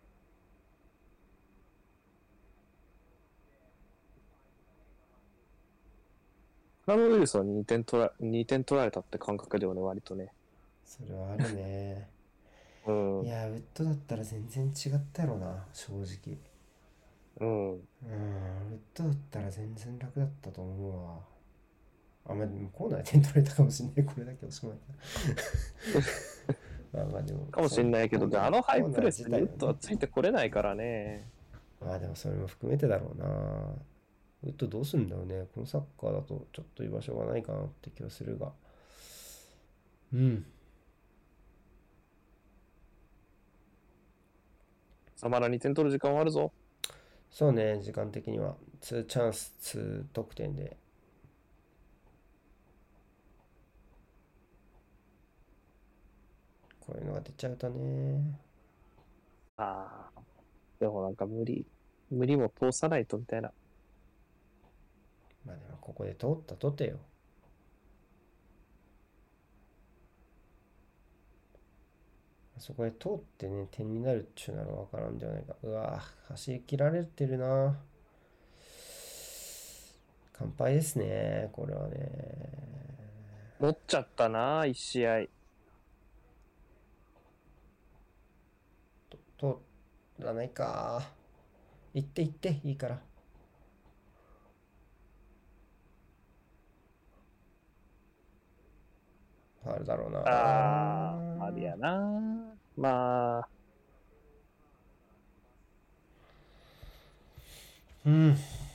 カラム・ウィルソンににてん取ら、にてん取られたって感覚ではね、割とね。 それはあるね。 うん。 いや、ウッドだったら全然違ったやろな、正直。 うん。 うん、ウッドだったら全然楽だったと思うわ。あ、まあ、でもコーナーで点取れたかもしんない。これだけおしまいだ。まあまあでも。 かもしんないけど、であのハイプレスにウッドはね、 ついてこれないからね。 まあでもそれも含めてだろうな。ウッドどうするんだろうね。このサッカーだとちょっと居場所がないかなって気はするが。うん。 さまだにてん取る時間はあるぞ。 そうね、時間的にはにチャンスに得点で。こういうのが出ちゃうとね。 ああ。でもなんか無理、無理も通さないとみたいな。 まあでもここで通ったとてよ。そこで通ってね、点になるっちゅうならわからんじゃないか。うわぁ、走り切られてるな。乾杯ですね、これはね。 持っちゃったな、一試合。 と、通らないか。行って行って、いいから。ファウルだろうな。 あー、あれやな。まあ。 うん。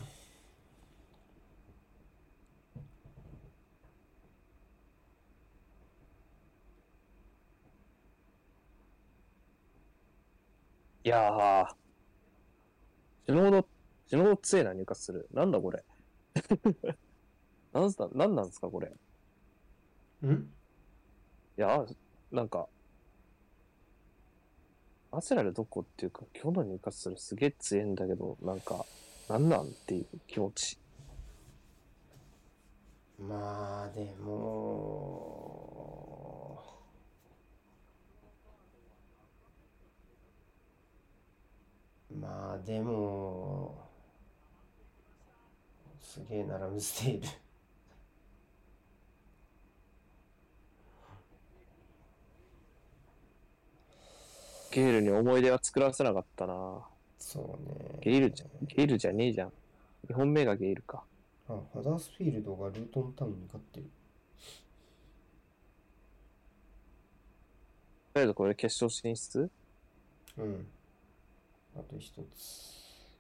いやー。死ぬほど、死ぬほど強いな、入荷する。なんだこれ。なんすか、なんなんですか、これ。 んいや、なんか、アセラルどこっていうか、今日の入荷するすげえ強いんだけど、なんか、なんなんっていう気持ち。 まあでも、まあでも、すげえならムステイル。 ゲイルに思い出は作らせなかったな。 そうね。 ゲイルじゃ、ゲイルじゃねえじゃん。にほんめがゲイルか。 あ、ハダースフィールドがルートンタウンに勝ってる。 とりあえずこれ決勝進出？ うん。あと一つ。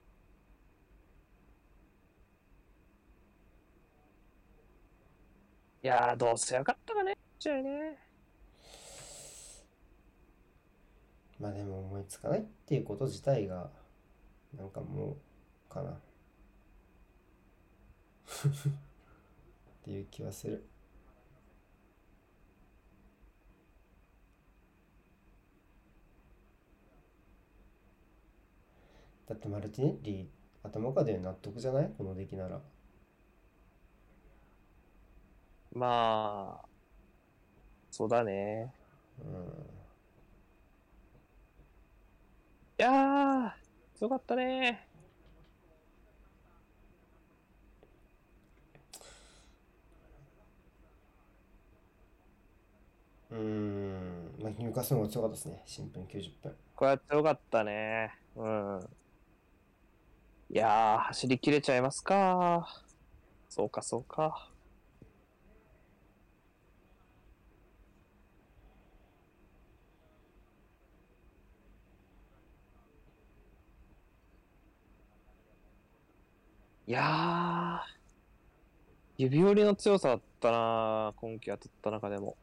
いやー、どうせよかったかね。じゃあね。 まあでも思いつかないっていうこと自体が、なんかもう、かな。っていう気はする。だってマルティネッリ頭かで納得じゃないこの出来なら。 まあ、そうだね。 うん。 いやー、強かったね。 うーん。まあ、入荷するのが強かったですね。シンプルにきゅうじゅっぷん。 これは強かったね。うん。いやー、走り切れちゃいますか。そうか、そうか。いやー、指折りの強さだったな、今季当たった中でも。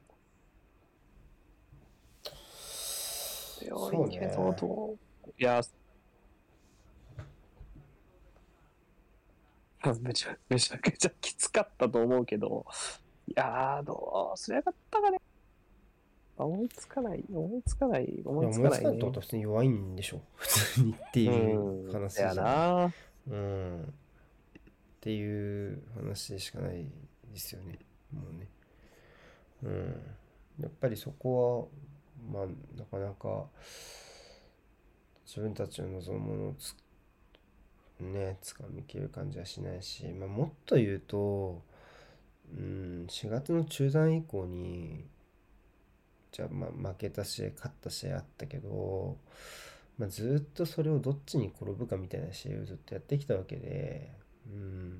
強いけど、どういや、めちゃめちゃくちゃきつかったと思うけど、いやー、どうすりゃよかったかね。思いつかない、思いつかない、思いや、 いつかないね。 思いつかないってことは普通に弱いんでしょ。普通にっていう話じゃやない。 な。 うん。っていう話しかないですよね。もうね。うん。やっぱりそこは、まあ、なかなか自分たちの望むものをつ、ね、掴みきる感じはしないし、まあ、もっと言うと、うん、しがつの中盤以降に、じゃあ、まあ、負けた試合、勝った試合あったけど、まあ、ずっとそれをどっちに転ぶかみたいな試合をずっとやってきたわけで、うん、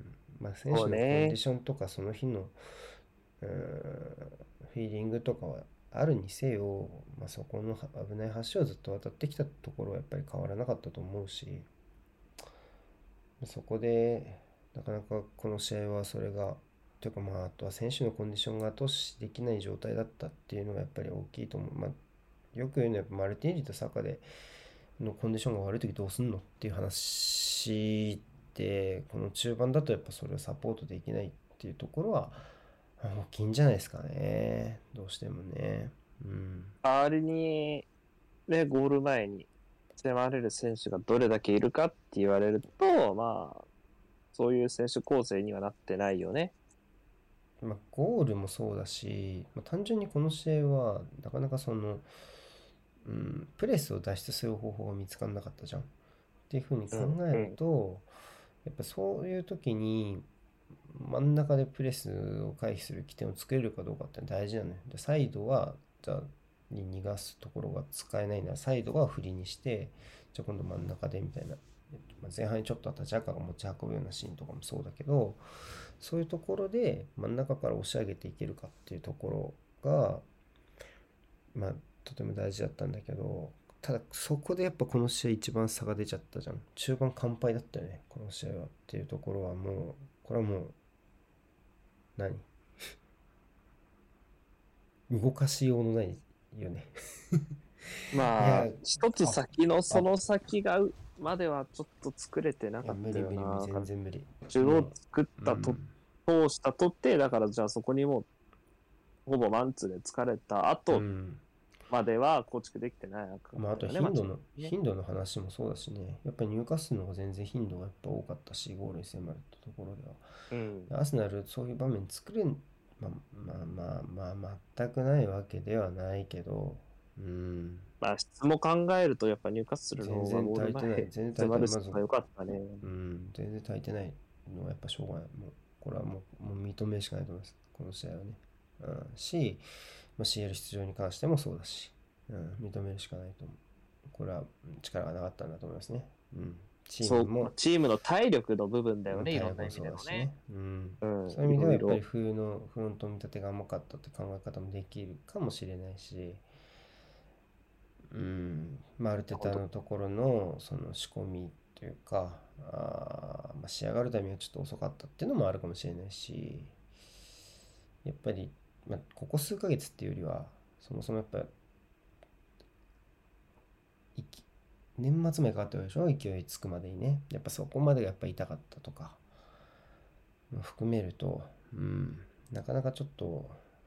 まあ、選そ手のコンディうね。 ションとかその日の、うん、フィーリングとかはあるにせよ、まあ、そこの危ない橋をずっと渡ってきたところはやっぱり変わらなかったと思うし、そこでなかなかこの試合はそれが、というかまあ、あとは選手のコンディションが後押しできない状態だったっていうのがやっぱり大きいと思う。まあ、よく言うのはやっぱマルティネリとサカでのコンディションが悪い時どうすんのっていう話で、この中盤だとやっぱそれをサポートできないっていうところは大きいんじゃないですかね。どうしてもね。うん。 代わりに、ね、ゴール前に迫れる選手がどれだけいるかって言われると、まあ、そういう選手構成にはなってないよね。 まあ、ゴールもそうだし、まあ、単純にこの試合はなかなかその、うん、プレスを脱出する方法が見つからなかったじゃん。っていうふうに考うん、 えうん。 ると、やっぱそういう時に真ん中でプレスを回避する起点を作れるかどうかって大事なのよ。で、サイドは、じゃあ、に逃がすところが使えないなら、サイドは振りにして、じゃあ今度真ん中でみたいな。まあ前半にちょっとあったジャカが持ち運ぶようなシーンとかもそうだけど、そういうところで真ん中から押し上げていけるかっていうところが、まあ、とても大事だったんだけど、ただそこでやっぱこの試合一番差が出ちゃったじゃん。中盤完敗だったよね、この試合はっていうところはもう、これはもう、何動かしようのないよね。いまあ、 や、 一つあ、 先のあ、 その先がまではちょっと作れてないや、 かっ無理無理無理、 たよな。だから、 全然無理。 中央も作っう、うたと、 ん、 通したとって、だからじゃあそこにもう、ほぼマンツーで疲れた後うん。 までは構築できてないわけまあ、あとだよね、間違頻度の、 いね。 頻度の話もそうだしね。やっぱり入荷数の方が全然頻度がやっぱ多かったし、ゴールに迫るってところでは。 うん。 アーセナル、そういう場面作れん、まあまあまあまあ、全くないわけではないけど、うん、 まあ、質も考えると、やっぱ入荷するの全然方がゴール足りてない。 前全然足りてない。 迫るまず、 方が良かったね。 うん、全然足りてないのはやっぱしょうがない。もう、これはもう、もう認めるしかないと思います。この試合はね。うん、し、まあ、シーエル 出場に関してもそうだし、うん、認めるしかないと思う。これは力がなかったんだと思いますね。うん。チーそう、まあムも、 チームの体力の部分だよね、いろんな意体力も味でのね。 そうだしね。うん。 うん、 そういう意味ではやっぱりいろいろ。 冬のフロント見立てが甘かったって考え方もできるかもしれないし、うん、まあ、ある程本当度のところのその仕込みというか、あー、まあ、仕上がるためにはちょっと遅かったっていうのもあるかもしれないし、やっぱり、まあ、ここ数ヶ月っていうよりは、そもそもやっぱいき年末までかかったわけでしょ、勢いつくまでにね。やっぱそこまでがやっぱ痛かったとか、まあ含めると、うん、なかなかちょっと、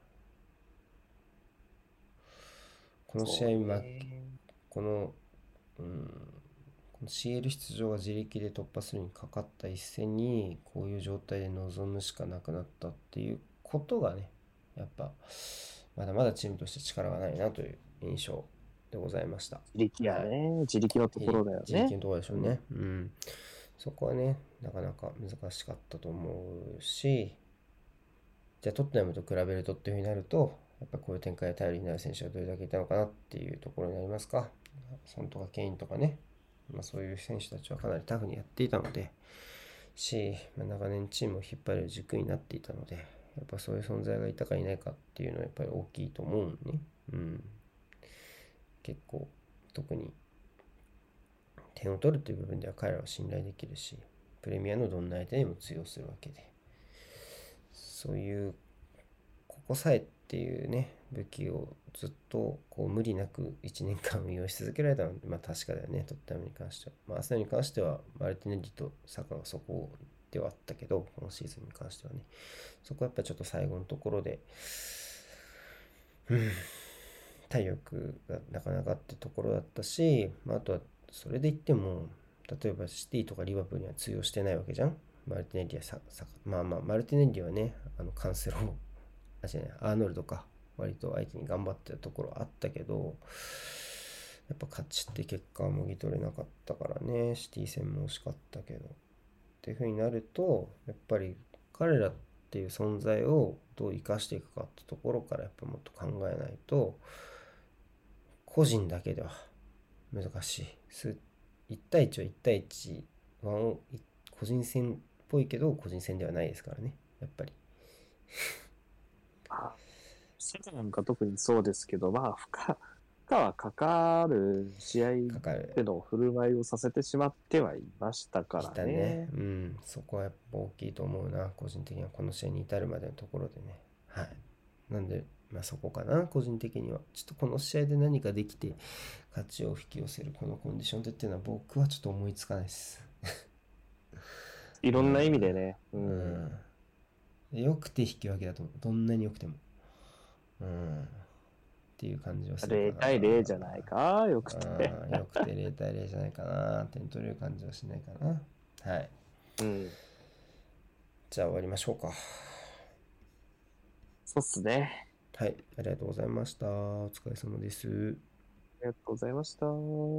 この試合、 そうま、 ね。 この、うん、この シーエル 出場が自力で突破するにかかった一戦に、こういう状態で臨むしかなくなったっていうことがね、やっぱ、まだまだチームとして力がないなという印象でございました。 自力やはい。 ね。自力のところだよね。 自力のところでしょうね。うん。そこはね、なかなか難しかったと思うし、じゃあトッテナムと比べるとっていうふうになると、やっぱこういう展開で頼りになる選手がどれだけいたのかなっていうところになりますか。ソンとかケインとかね、まあ、そういう選手たちはかなりタフにやっていたので、し、まあ、長年チームを引っ張れる軸になっていたので、やっぱそういう存在がいたかいないかっていうのはやっぱり大きいと思うんね。うん。結構、特に点を取るという部分では彼らは信頼できるし、プレミアのどんな相手にも通用するわけで、そういうここさえっていうね武器をずっとこう無理なくいちねんかん運用し続けられたので、まあ確かだよね、トッテナムに関しては。まあアーセナルに関してはマルティネッリとサカがそこではあったけど、このシーズンに関してはね、そこはやっぱちょっと最後のところで、うん、体力がなかなかってところだったし、まあ、あとはそれで言っても、例えばシティとかリバプールには通用してないわけじゃん。 マルティネッリはささまあまあマルティネッリはね、あのカンセロあじゃないアーノルドか割と相手に頑張ってたところあったけど、やっぱ勝ちって結果はもぎ取れなかったからね。シティ戦も惜しかったけどっていう風になると、やっぱり彼らっていう存在をどう生かしていくかってところからやっぱもっと考えないと、個人だけでは難しい。すいち対いちはいち対いち、ワンをい個人戦っぽいけど個人戦ではないですからね、やっぱり。 あセカなんか特にそうですけど、まあ、負荷、負荷はかかる試合かかるでの振る舞いをさせてしまってはいましたかきらたね。 ね。 うん、そこはやっぱ大きいと思うな、個人的にはこの試合に至るまでのところでね。はい。なんで、まあそこかな、個人的には。ちょっとこの試合で何かできて、勝ちを引き寄せるこのコンディションでっていうのは僕はちょっと思いつかないです。 いろんな意味でね。う。 うんん。よくて引き分けだと思う。どんなによくても。うん。っていう感じはするかな。 ゼロ対ゼロじゃないか、よくて。 うん、よくてゼロ対ゼロじゃないかな。点取れる感じはしないかな。はい。 うん。 じゃあ終わりましょうか。 そうっすね。 はい。ありがとうございました。お疲れ様です。 ありがとうございました。